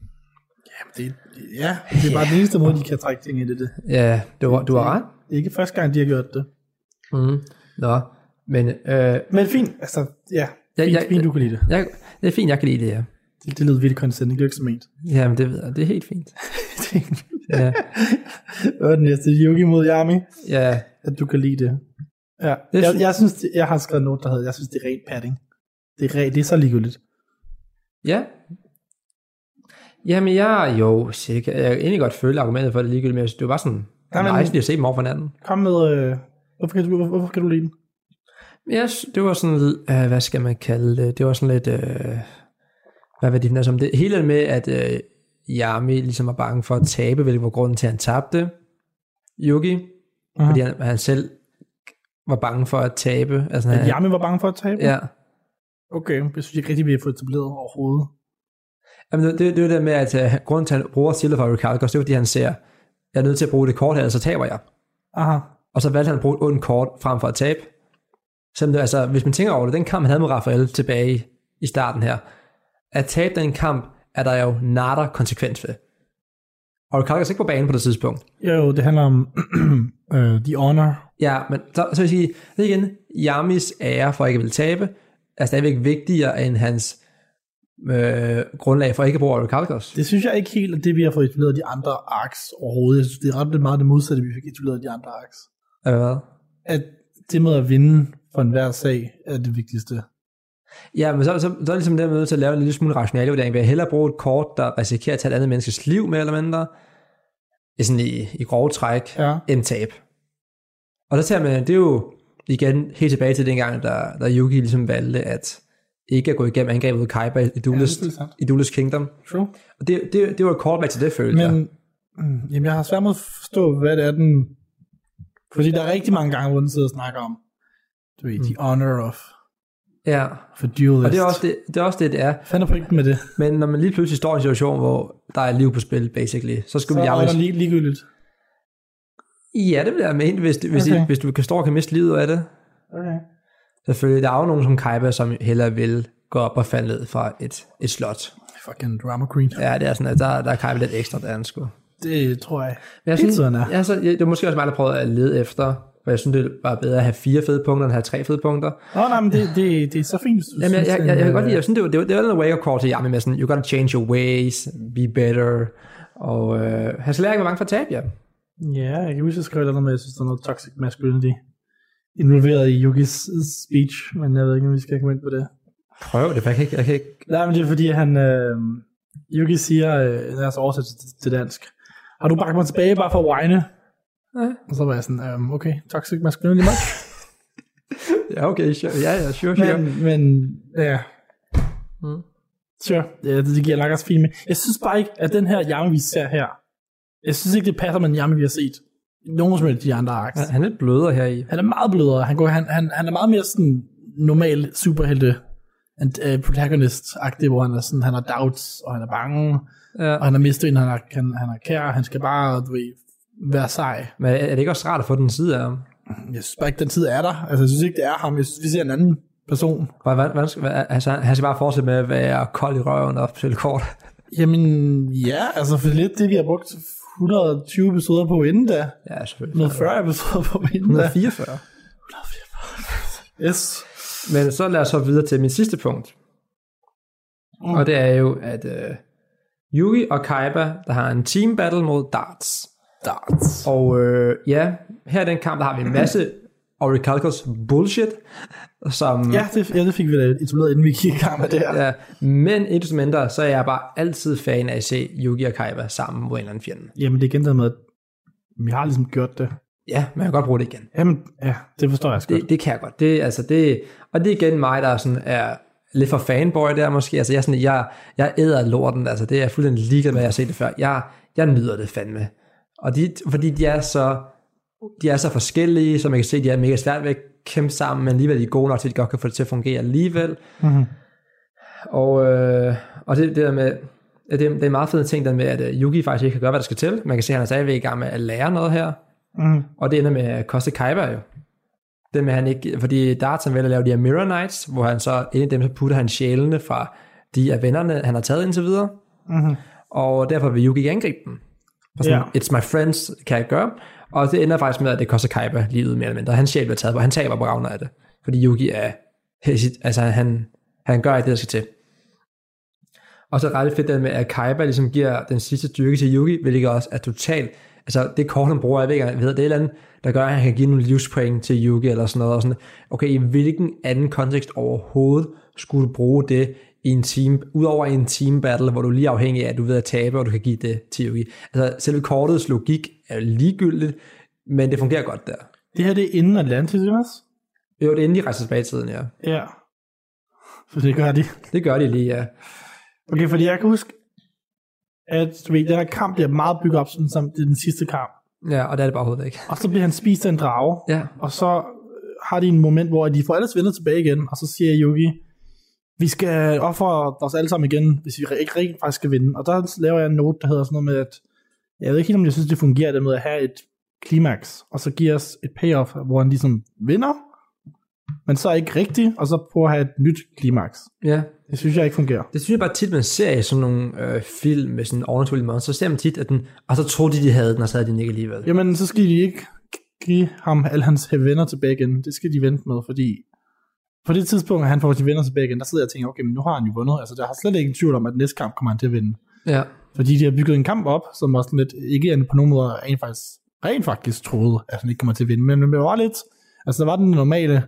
Det er bare den eneste måde, de kan trække ting ind i det. Ja, du har ret. Det er ikke første gang, de har gjort det. Nå, men... Men fint, altså, ja. Fint, du kan lide det. Det er fint, jeg kan lide det, ja. Det lyder virkelig konsistent, det er ikke så ment. Jamen, det ved jeg. Det er helt fint. Ja. Hvad er den næste? Yugi mod Yami? Ja. At du kan lide det. Ja. Jeg synes, jeg har skrevet noget, der hedder, jeg synes, det er rent padding. Det er så ligegyldigt. Ja. Jamen, jeg kan egentlig godt føle argumentet for det ligegyldigt, men det var bare sådan, nice lige at se dem over for hinanden. Kom med, hvorfor kan du lide den? Yes, det var sådan lidt, hvad skal man kalde det? Det var sådan lidt, hvad var det som det? Hele med, at Yami ligesom var bange for at tabe, hvilket var grunden til, at han tabte Yugi. Fordi han selv var bange for at tabe. Altså, at Yami var bange for at tabe? Ja. Okay, det synes jeg ikke rigtig, vi har fået etableret overhovedet. Jamen, det er jo det med, at grunden til, at han bruger Silver for Recalcos, det er fordi, han ser, jeg er nødt til at bruge det kort her, så taber jeg. Aha. Og så valgte han at bruge et ondt kort frem for at tabe. Selvom det, altså, hvis man tænker over det, den kamp, han havde med Raphael tilbage i starten her, at tabe den kamp, er der jo nada konsekvens ved. Og Recalcos ikke på banen på det tidspunkt. Jo, det handler om The Honor. Ja, men så vil jeg sige, det igen, Yamis ære for ikke at ville tabe, er stadigvæk vigtigere end hans grundlag for ikke at bruge Recalcos. Det synes jeg ikke helt, at det vi har fået etableret de andre arcs overhovedet. Jeg synes, det er ret meget det modsatte, vi fik etableret de andre arcs. Hvad? At det med at vinde for enhver sag er det vigtigste. Ja, men så er ligesom det med til at lave en lille smule rationale vurdering. Vil jeg hellere bruge et kort, der risikerer at tage et andet menneskes liv mere eller mindre, sådan i grove træk, end tab. Og så tager man, det er jo igen helt tilbage til dengang, der Yugi ligesom valgte at ikke at gå igennem angrebet mod Kaiba i Duelist Kingdom. True. Og det var et callback til det, følte jeg. Jamen, jeg har svært med at forstå, hvad det er den... Fordi der er rigtig mange gange, hvor den sidder og snakker om the honor of for duelist. Og det er også det er. Fanden på ikke med det. Men når man lige pludselig står i en situation, hvor der er liv på spil, basically, så skulle vi er der ligegyldigt. Ja, det vil jeg mene, hvis du kan stå og kan miste livet af det. Okay. Selvfølgelig, der er jo nogen som Kaiba, som hellere vil gå op og falde ned fra et slot. Fucking drama queen. Ja, det er sådan, at der er Kaiba lidt ekstra, der han skulle. Det tror jeg. Men jeg synes, det er måske også mig, der prøvede at lede efter, for jeg synes, det var bedre at have 4 fede punkter, end at have 3 fede punkter. Nej, men det er så fint. Jamen, jeg kan godt lide, jeg synes, det var en wake-up call til Yami med sådan, you gotta change your ways, be better, og han skal lære ikke være bange for at tabe, ja. Ja, jeg kan huske, at jeg skrev noget med, at jeg synes, der er noget toxic masculinity involveret i Yugis speech, men jeg ved ikke, om vi skal komme ind på det. Prøv det, for jeg kan ikke... Nej, men det er fordi, han... Yugi siger, lad os oversætte til dansk. Har du bakket mig tilbage bare for at whine? Ja. Og så var jeg sådan, okay, toxic masculinity much. Ja, okay, sure. Ja, sure. Men ja. Sure, ja, det giver nok også fint med. Jeg synes bare ikke, at den her Yami, vi ser her, jeg synes ikke, det passer med den Yami, vi har set. Nogen som helst de andre arcs. Han er lidt blødere her i. Han er meget blødere. Han er meget mere sådan normal superhelte protagonist-agtig, hvor han er sådan, han har doubts, og han er bange, og han har mistet en, han har kær, han skal bare, være sej. Men er det ikke også rart at få den side af ham? Jeg synes bare ikke, den tid er der. Altså, jeg synes ikke, det er ham. Jeg synes, vi ser en anden person. Altså, han skal bare fortsætte med at være kold i røven og spille kort. Jamen, ja, altså for lidt det, vi har brugt 120 episoder på inden da. Ja, selvfølgelig. 140 episoder på inden da. 144. Yes. Men så lad os så videre til min sidste punkt. Og det er jo, at Yugi og Kaiba, der har en team battle mod Darts. Og her i den kamp, der har vi en masse Orichalcos bullshit, som... Ja, det fik vi da etableret, inden vi gik i gang med det her. Ja, men ikke så mindre, så er jeg bare altid fan af at se Yugi og Kaiba sammen mod en eller anden fjende. Jamen, det er igen der med, at vi har ligesom gjort det. Ja, men jeg kan godt bruge det igen. Jamen, ja, det forstår jeg godt. Det kan jeg godt. Og det er igen mig, der sådan er lidt for fanboy der måske. Altså, jeg æder lorten, altså det er fuldstændig ligeglad med, at jeg har set det før. Jeg nyder det fandme. Og fordi de er så forskellige, så man kan se, at de er mega svært ved at kæmpe sammen, men alligevel er de gode nok til, at de godt kan få det til at fungere alligevel. Mm-hmm. Og det der med, det er meget fede ting, der med, at Yugi faktisk ikke kan gøre, hvad der skal til. Man kan se, at han er stadigvæk i gang med at lære noget her. Mm-hmm. Og det ender med at koste Kaiba jo. Det med han ikke, fordi Darts han vælger at lave de her Mirror Knights, hvor han så, inden dem, så putter han sjælene fra de af vennerne, han har taget indtil videre. Mm-hmm. Og derfor vil Yugi angribe dem. Sådan, It's my friends, kan jeg gøre. Og det ender faktisk med, at det koster Kaiba livet mere eller mindre. Hans sjæl bliver taget, hvor han taber på grund af det. Fordi Yugi er, altså han gør ikke det, der skal til. Og så er det ret fedt det med, at Kaiba ligesom giver den sidste styrke til Yugi, hvilket også er totalt, altså det kort, han bruger, jeg ved ikke, det er et eller andet, der gør, at han kan give nogle livspoint til Yugi eller sådan noget. Og sådan, okay, i hvilken anden kontekst overhovedet skulle du bruge det i en team, udover en team battle, hvor du er lige afhængig af, at du ved at tabe, og du kan give det til Yugi. Altså selve kortets logik er ligegyldigt, men det fungerer godt der. Det her, det er inden Atlantis, ikke også? Jo, det er inden de rejser tilbage i tiden, ja. Ja. For det gør de. Det gør de lige, ja. Okay, fordi jeg kan huske, at den her kamp bliver meget bygget op, som det er den sidste kamp. Ja, og det er det bare overhovedet ikke. Og så bliver han spist af en drage, ja. Og så har de en moment, hvor de får alles venner tilbage igen, og så siger Yugi, vi skal ofre os alle sammen igen, hvis vi ikke rigtig faktisk skal vinde. Og der laver jeg en note, der hedder sådan noget med, at jeg ved ikke helt, om jeg synes, det fungerer det med at have et klimaks, og så giver os et payoff, hvor han ligesom vinder, men så ikke rigtigt, og så prøver at have et nyt klimaks. Ja. Det synes jeg ikke fungerer. Det synes jeg bare tit, man ser i sådan nogle film med sådan overnaturlige monster, så ser man tit, at den, og så troede de havde den, og så havde de den ikke alligevel. Jamen, så skal de ikke give ham alle hans venner tilbage igen. Det skal de vente med, fordi på det tidspunkt, at han får de venner tilbage igen, der sidder jeg og tænker, okay, men nu har han jo vundet. Altså, der har slet ikke en tvivl om, at næste kamp kommer han til at vinde. Ja. Fordi de har bygget en kamp op, som også lidt, ikke på nogen måde rent faktisk troede, at han ikke kommer til at vinde. Men det var lidt, altså der var den normale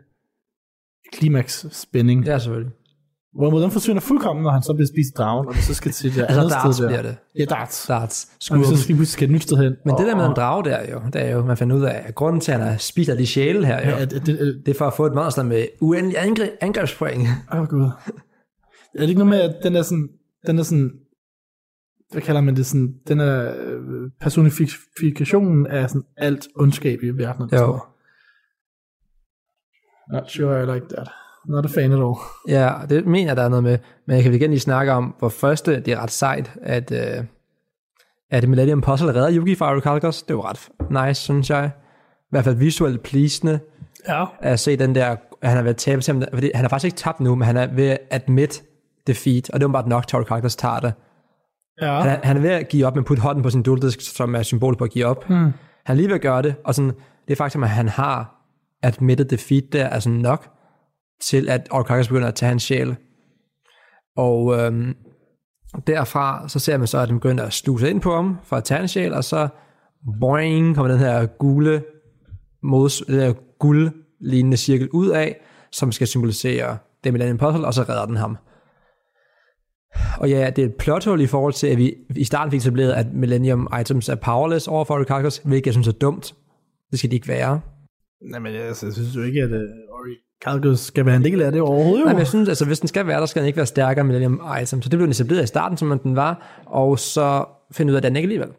klimaks-spænding. Ja, selvfølgelig. Hvorimod den forsvinder fuldkommen, når han så bliver spist dragen, og vi så skal til det altså andet darts sted der. Bliver det. Ja, darts. Og vi så skal et nyt sted hen. Men det der med en drage der jo, det er jo, man finder ud af, at grunden til, at han spiser de sjæle her, jo, det er for at få et monster med uendelig angrebspoint. Gud. Er det ikke noget med, at den er sådan, hvad kalder man det, sådan, den er personifikationen af sådan alt ondskab i verden. Jo. Not sure I like that. Not a fan at all. Ja, det mener jeg, der er noget med. Men jeg kan igen lige snakke om, hvor første, det er ret sejt, at Millennium Puzzle redder Yugi fra Arukalkos. Det var ret nice, synes jeg. I hvert fald visuelt pleasende. Ja. At se den der, han har været tabt til ham, fordi han har faktisk ikke tabt nu, men han er ved at admit defeat, og det var bare nok til Arukalkos tager det. Ja. Han er ved at give op, men putte hånden på sin dueldisk, som er symbol på at give op. Han er lige ved at gøre det, og sådan, det er faktisk, at han har admitted defeat der, altså nok til, at Arukalkos begynder at tage hans sjæl. Og derfra, så ser man så, at den begynder at sluse ind på ham, for at tage hans sjæl, og så boing, kommer den her guldlignende cirkel ud af, som skal symbolisere det Millennium Puzzle, og så redder den ham. Og ja, det er et plothul i forhold til, at vi i starten fik etableret, at Millennium Items er powerless over for Arukalkos, hvilket jeg synes er dumt. Det skal de ikke være. Nej, men jeg synes jo ikke, at Arukalkos skal være en del af det overhovedet. Jo. Nej, men jeg synes, altså hvis den skal være, der skal den ikke være stærkere Millennium Items. Så det blev den etableret i starten, som den var, og så finde ud af, at den ikke alligevel.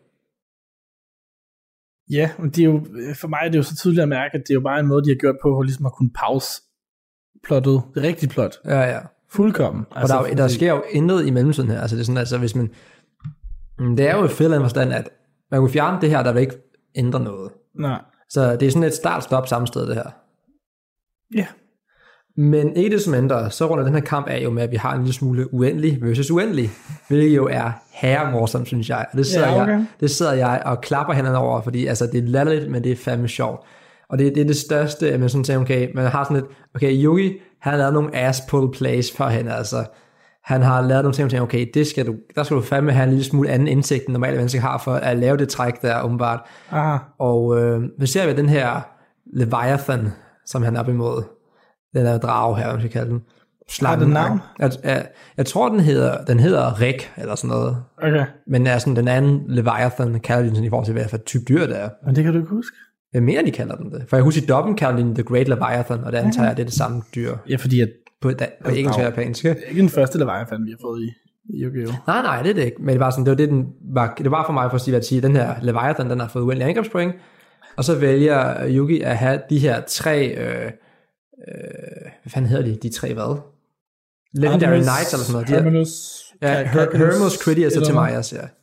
Ja, men det er jo, for mig er det jo så tydeligt at mærke, at det er jo bare en måde, de har gjort på, for ligesom at kunne pause plottet, det rigtige plot. Ja. Fuldkommen. Altså, og der sker jo intet i mellemtiden her. Altså det er sådan, altså hvis man, det er jo et fedt forstand, at man kunne fjerne det her, der vil ikke ændre noget. Nej. Så det er sådan et start-stop samme sted, det her. Ja. Men ikke det som ændrer, så runder den her kamp af jo med, at vi har en lille smule uendelig versus uendelig, hvilket jo er herremorsomt, synes jeg. Og det sidder jeg og klapper hænderne over, fordi altså, det er latterligt, men det er fandme sjovt. Og det er det største, at man sådan siger, okay, man har sådan lidt, okay, Yugi, han har lavet nogle ass-pull plays for hende, altså. Han har lavet nogle ting, okay, der skal du fandme have en lille smule anden indsigt, end normale mennesker har, for at lave det træk der, åbenbart. Aha. Og nu ser vi den her Leviathan, som han er op imod. Den der drage her, hvad man skal kalde den. Har den navn? Jeg tror, den hedder Rick, eller sådan noget. Okay. Men er sådan den anden Leviathan, kalder de den sådan i forhold til, hvad for type dyr det er. Men det kan du ikke huske. Hvad mere de kalder den det? For jeg husker, i dubben kalder de den The Great Leviathan, og det antager jeg, det er det samme dyr. Ja, fordi at på engelsk og japansk. Det er ikke den første Leviathan, vi har fået i Yu-Gi-Oh! Nej, det er det ikke. Men det var sådan, det var for mig for at sige, at den her Leviathan, den har fået uendelig angrebspoint, og så vælger Yugi at have de her tre, hvad fanden hedder de tre hvad? Legendary Knights eller sådan noget. Hermanus, Hermanus, Critias og Timaeus, ja.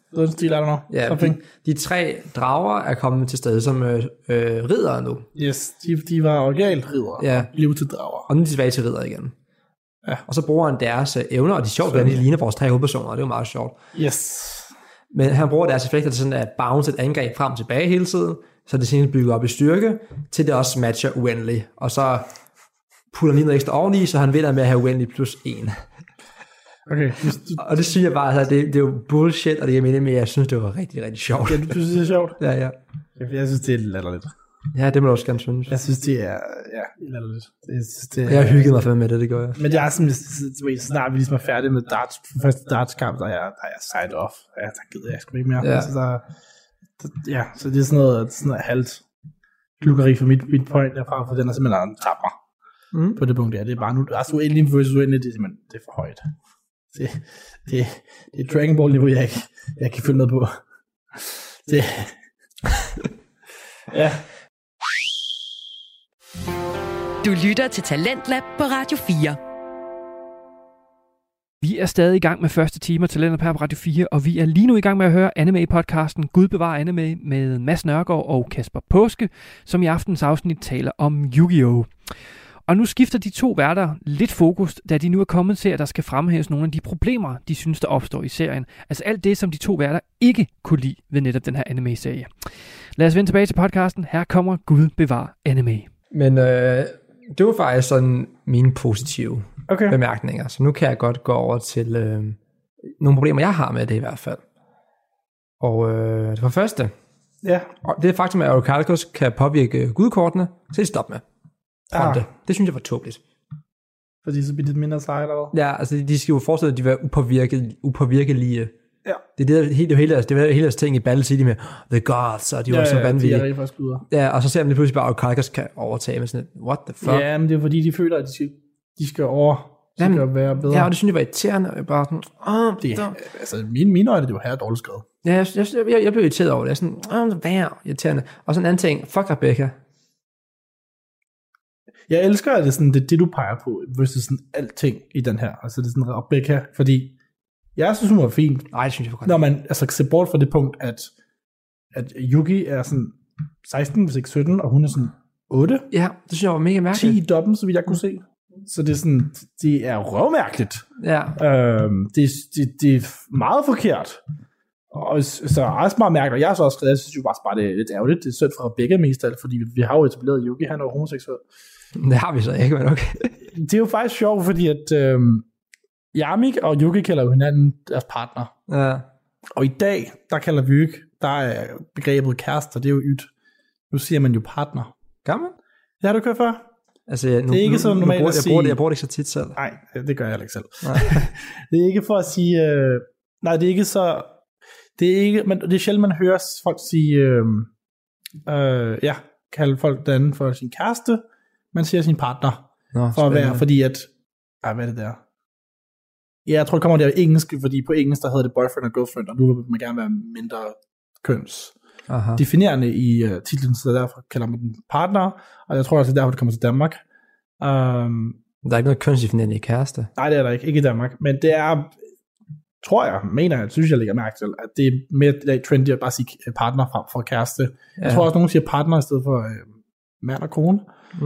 Noget stil, er der noget? Ja, de 3 drager er kommet til stede som riddere nu. Yes, de var originalt riddere. Ja. Liv til drager. Og nu er de tilbage til riddere igen. Ja. Og så bruger han deres evner, og de er sjovt, hvordan de ligner vores 3 hovedpersoner, og det er jo meget sjovt. Yes. Men han bruger deres effekter til sådan at bounce et angreb frem og tilbage hele tiden, så det senere bygger op i styrke, til det også matcher uendeligt. Og så putter han lige noget ekstra oveni, så han vinder med at have uendeligt plus 1. Okay. Og det synes jeg bare, altså, det er jo bullshit, og det er meningen med, jeg synes, det var rigtig, rigtig sjovt. Ja, du synes, det er sjovt? Ja. Jeg synes, det er latterligt. Ja, det må du også gerne synes. Jeg synes, det er latterligt. Jeg har hygget mig fandme med det gør jeg. Men det er sådan, snart vi ligesom er færdige med darts, første dartskamp, der er jeg signed off. Ja, der gider jeg sgu ikke mere. Ja. Så det er sådan noget halvt klukkeri for mit point derfra, for den er simpelthen tabt mig på det punkt der. Det er bare nu, altså uendelig versus uendelig, det er simpelthen, det er for højt. Det er Dragon Ball niveau, jeg kan følge med på. Det. Ja. Du lytter til Talentlab på Radio 4. Vi er stadig i gang med første time af Talentlab her på Radio 4, og vi er lige nu i gang med at høre anime-podcasten Gud bevarer anime med Mads Nørgaard og Kasper Påske, som i aftens afsnit taler om Yu-Gi-Oh! Og nu skifter de 2 værter lidt fokus, da de nu er kommet til, at der skal fremhæves nogle af de problemer, de synes, der opstår i serien. Altså alt det, som de 2 værter ikke kunne lide ved netop den her anime-serie. Lad os vende tilbage til podcasten. Her kommer Gud bevarer anime. Men det var faktisk sådan mine positive bemærkninger. Så nu kan jeg godt gå over til nogle problemer, jeg har med det i hvert fald. Og det var første. Ja. Og det faktum, at Arucalcos kan påvirke gudkortene, så er det stop med. Det synes jeg var tåbeligt. Fordi så bliver det mindre seje, eller hvad? Ja, altså de skal jo forestille, at de var upåvirkelige. Ja. Det er hele deres ting i Battle City med The Gods, og de var så vanvittige. Ja, de er faktisk ude. Ja, og så ser man lige pludselig bare, at Arucalcos kan overtage med sådan et, what the fuck? Ja, men det er fordi, de føler, at de skal være bedre. Ja, og det synes jeg var irriterende. Bare sådan, altså, mine øjne, det var her dårligt skrevet. Ja, jeg blev irriteret over det. Jeg er sådan, hvad irriterende. Og så en anden ting, fuck Rebecca. Jeg elsker, at det du peger på, versus sådan alting i den her. Altså det er sådan Rebecca, fordi jeg synes, hun var fint. Nej, det synes jeg var godt. Når man ser bort fra det punkt, at Yugi er sådan 16, hvis ikke 17, og hun er sådan 8. Ja, det synes jeg var mega mærkeligt. 10 i dobbelt, så vidt jeg kunne se. Så det er sådan, det er røvmærkeligt. Ja. Det er meget forkert. Og så også meget mærkeligt, og jeg har så også skrevet, jeg synes jo bare, det er lidt ærgerligt. Det er sødt for Rebecca mest af alt, fordi vi har jo etableret Yugi, han er jo homoseksuel. Det har vi så ikke, men okay. Det er jo faktisk sjovt, fordi at Yami og Yugi kalder jo hinanden deres partner. Ja. Og i dag, der kalder vi ikke, der er begrebet kærester, det er jo ydt. Nu siger man jo partner. Gør man? Det har du kørt før? Altså, det er ikke så normalt at sige. Jeg bruger det ikke så tit selv. Nej, det gør jeg heller ikke selv. Det er ikke for at sige, nej, det er ikke så, det er ikke, men det er sjældent, man hører folk sige, kalde folk den anden for sin kæreste. Man siger sin partner. For at være, fordi at, hvad er det der? Ja, jeg tror, det kommer der engelsk, fordi på engelsk, der hedder det boyfriend og girlfriend, og nu vil man gerne være mindre køns. Aha. Definerende i titlen, så derfor kalder man den partner, og jeg tror også, det er derfor, det kommer til Danmark. Der er ikke noget kønsdefinerende i kæreste? Nej, det er der ikke i Danmark, men det er, tror jeg, synes jeg lægger mærke til, at det er mere trendy at bare sige partner frem for kæreste. Ja. Jeg tror også, nogen siger partner i stedet for mand og kone.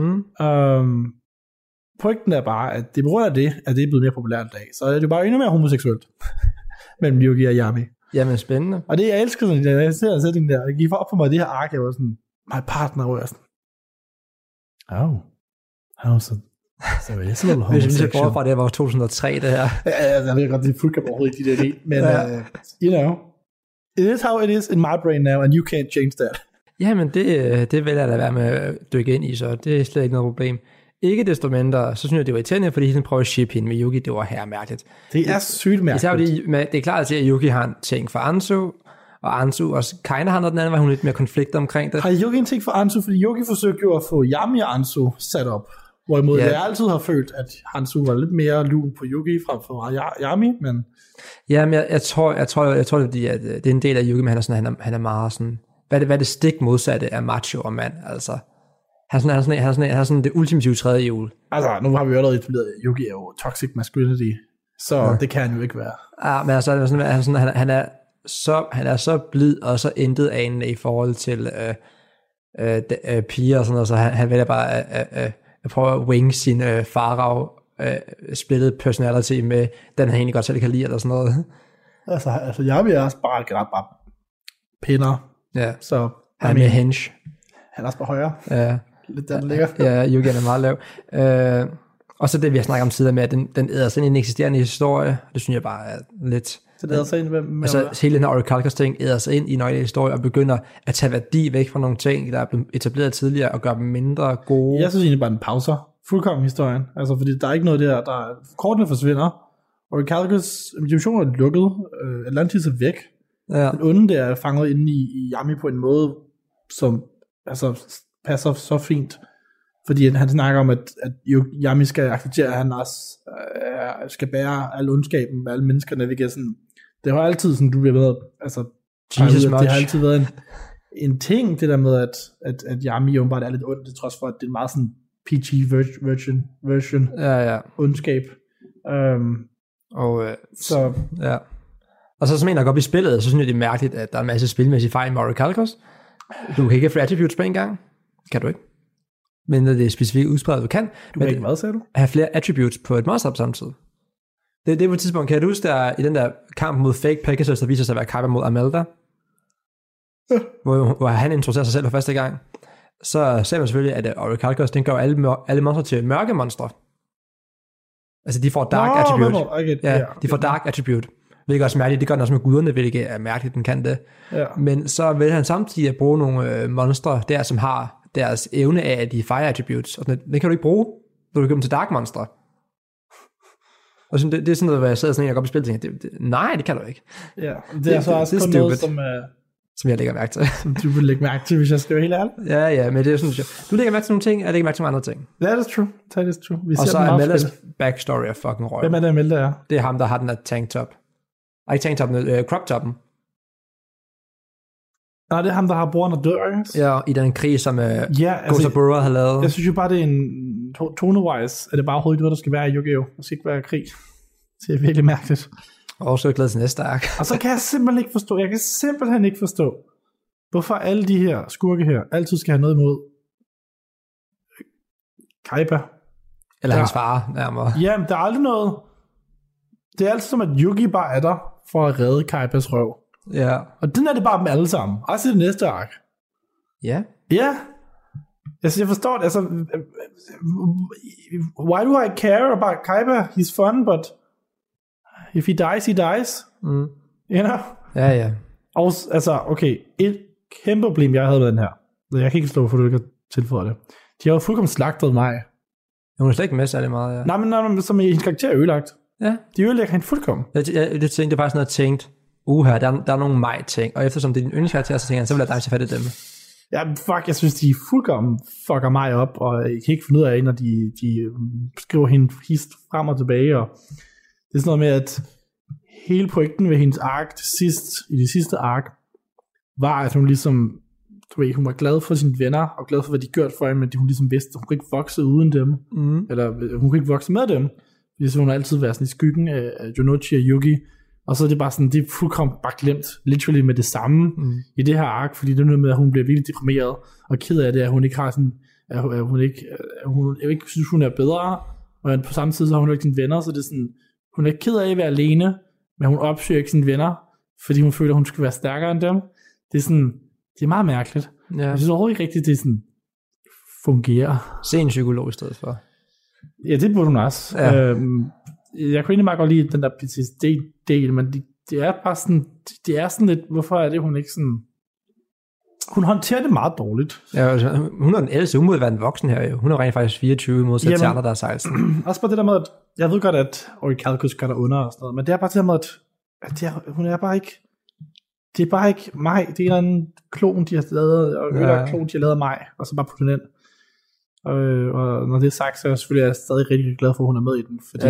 Pointen er bare, at det berører det, at det er blevet mere populært i dag, så er det jo bare endnu mere homoseksuelt mellem Yugi og Yami. Jamen spændende. Og det jeg elsker sådan, jeg ser sætningen der, jeg gik op for mig det her ark, jeg var sådan, my partner, hvor jeg sådan, so it is a little homosexual. Hvis vi går fra det var 2003 det her. Jeg ved godt, det fuldkom overhovedet ikke de der men you know, it is how it is in my brain now, and you can't change that. Jamen det vil jeg da være med at dykke ind i, så det er slet ikke noget problem. Ikke desto mindre, så synes jeg, det var irriterende, fordi han prøver at ship hende med Yugi. Det var her mærkeligt. Det er sygt mærkeligt. Det er klart at Yugi har en ting for Anzu, og Anzu også Kaina har noget den anden, var hun lidt mere konflikt omkring det. Har Yugi en ting for Anzu, fordi Yugi forsøgte jo at få Yami og Anzu sat op. Hvorimod jeg altid har følt, at Anzu var lidt mere lun på Yugi frem for Yami, men... Ja, men jeg tror det er fordi, at det er en del af Yugi, men han er meget sådan... Hvad er det stik modsatte af macho og mand, altså? Han er sådan det ultimative tredje hjul. Altså, nu har vi jo allerede etableret, at Yugi er jo toxic masculinity, så det kan han jo ikke være. Ja, men altså, han er han er så blid og så intet anende i forhold til piger og sådan noget, så han vælger bare at prøve at wing sin farrav splittet personality med den, han egentlig godt selv kan lide, eller sådan noget. Altså jeg vil også bare pinder. Ja, så han er mere henge. Han er også på højre. Ja. Lidt der ligger. Ja, Yugi er meget lav. Og så det, vi har snakket om tidligere med, at den æder sådan en eksisterende historie. Det synes jeg bare er lidt... Så det æder sig ind med altså hele den her Orichalcos ting æder sig ind i en nøjelig historie og begynder at tage værdi væk fra nogle ting, der er blevet etableret tidligere, og gøre dem mindre gode. Jeg synes egentlig bare, den pauser fuldkommen historien. Altså, fordi der er ikke noget der kortene forsvinder. Orichalcos dimension er lukket. Atlantis er væk. Ja. Den onde der er fanget inde i Yami på en måde, som altså passer så fint. Fordi han snakker om, at Yami skal acceptere, at han også skal bære al ondskaben med alle menneskerne. Det har altid sådan, du ved med, altså, det har altid været en ting, det der med, at Yami jo bare er lidt ondt, det trods for, at det er meget sådan PG version ondskab. Så ja. Og så mener jeg godt i spillet, så synes jeg, det er mærkeligt, at der er en masse spilmæssige fejl med Orichalcos. Du kan ikke have attributes på en gang. Kan du ikke. Men det er specifikt udspredt, du kan. Du kan ikke hvad, sagde du? Have flere attributes på et monster samtidig. Det er på et tidspunkt, kan du huske, der i den der kamp mod Fake Pegasus, der viser sig at være Kaiba mod Amelda, hvor han introducerer sig selv for første gang, så ser man selvfølgelig, at Orichalcos, den gør alle monstre til mørke monstre. Altså, de får dark attribute. De får dark attribute. Hvilket også er mærkeligt. Det gør den også med guderne, hvilket er mærkeligt, den kan det. Ja. Men så vil han samtidig at bruge nogle monstre der, som har deres evne af de fire attributes. Og den kan du ikke bruge, når du gør dem til dark monstre. Og det er sådan noget, hvor jeg sidder sådan en, jeg går op i spil, og tænker, nej, det kan du ikke. Ja, det er så også kun noget, som jeg lægger mærke til. Som du vil lægge mærke til, hvis jeg skal være helt ærlig. Ja, men det er sådan, du lægger mærke til nogle ting, og jeg lægger mærke til nogle andre ting. Ja, det er true. That is true. Og så er Ameldas backstory af fucking røg. Hvem er det, Amelda er? Det er ham, der har den der tanktop. Ikke tanktoppen, crop-toppen. Nej, det er ham, der har broren og dør. Ja, i den krig, som Gosabura har lavet. Jeg synes jo bare, det er en tone-wise, at det bare overhovedet noget, der skal være i Yu-Gi-Oh! Der skal ikke være krig. Det er virkelig mærkeligt. Og så er jeg glad til næste ark. Og så kan jeg simpelthen ikke forstå, hvorfor alle de her skurke her altid skal have noget imod Kaiba. Eller hans far, nærmere. Jamen, der er aldrig noget. Det er altid som, at Yugi bare er der for at redde Kaibas røv. Ja. Og den er det bare dem alle sammen. Også i det næste ark. Ja. Ja. Altså, jeg forstår det. Altså, why do I care about Kaiba? He's fun, but if he dies, he dies. Mm. You know? Ja. Og, altså, okay. Et kæmpe problem, jeg havde med den her. Jeg kan ikke forstå, hvorfor du ikke har tilføjet det. De har jo fuldkommen slagtet mig. Hun er slet ikke med særlig meget, ja. Nej, men som hendes karakter er ødelagt. Ja. De ødelægger hende fuldkommen. Det er faktisk noget, jeg tænkte, der er nogle mig-ting, og eftersom det er din yndlingskarakter, så tænker jeg, så vil jeg dig tage fat i dem. Ja, fuck, jeg synes, de fuldkommen fucker mig op, og jeg kan ikke finde ud af, når de skriver hende hist frem og tilbage, og det er sådan noget med, at hele pointen ved hendes ark i det sidste ark, var, at hun ligesom, hun var glad for sine venner, og glad for, hvad de gjorde for hende, men hun ligesom vidste, at hun kunne ikke vokse uden dem, eller hun kunne ikke vokse med dem, fordi hun har altid været sådan i skyggen af Jonochi og Yugi, og så er det bare sådan, det er fuldkommen bare glemt, literally med det samme i det her ark, fordi det er noget med, at hun bliver virkelig deprimeret, og ked af det, at hun ikke har sådan, at hun ikke synes, hun er bedre, og på samme tid, så har hun ikke sine venner, så det er sådan, hun er ked af at være alene, men hun opsøger ikke sine venner, fordi hun føler, at hun skal være stærkere end dem. Det er sådan, det er meget mærkeligt. Ja. Jeg synes overhovedet ikke rigtigt, det sådan fungerer. Se en psykolog i stedet for. Ja, det burde hun også. Ja. Jeg kunne egentlig meget godt lide den der PTSD-del, men det er bare sådan, det er sådan lidt, hvorfor er det, hun ikke sådan, hun håndterer det meget dårligt. Ja, altså, hun er den ældste, hun må være en voksen her, jo. Hun er rent faktisk 24, modsat til andre, der er 16. Også på det der med, at jeg ved godt, at Orichalcos gør der under og sådan noget, men det er bare det der med, at hun er bare ikke, det er bare ikke mig, det er en eller anden klon, de har lavet, og klon, de har lavet af mig, og så bare putte den ind. Og når det er sagt, så er jeg selvfølgelig stadig rigtig glad for, at hun er med i den, fordi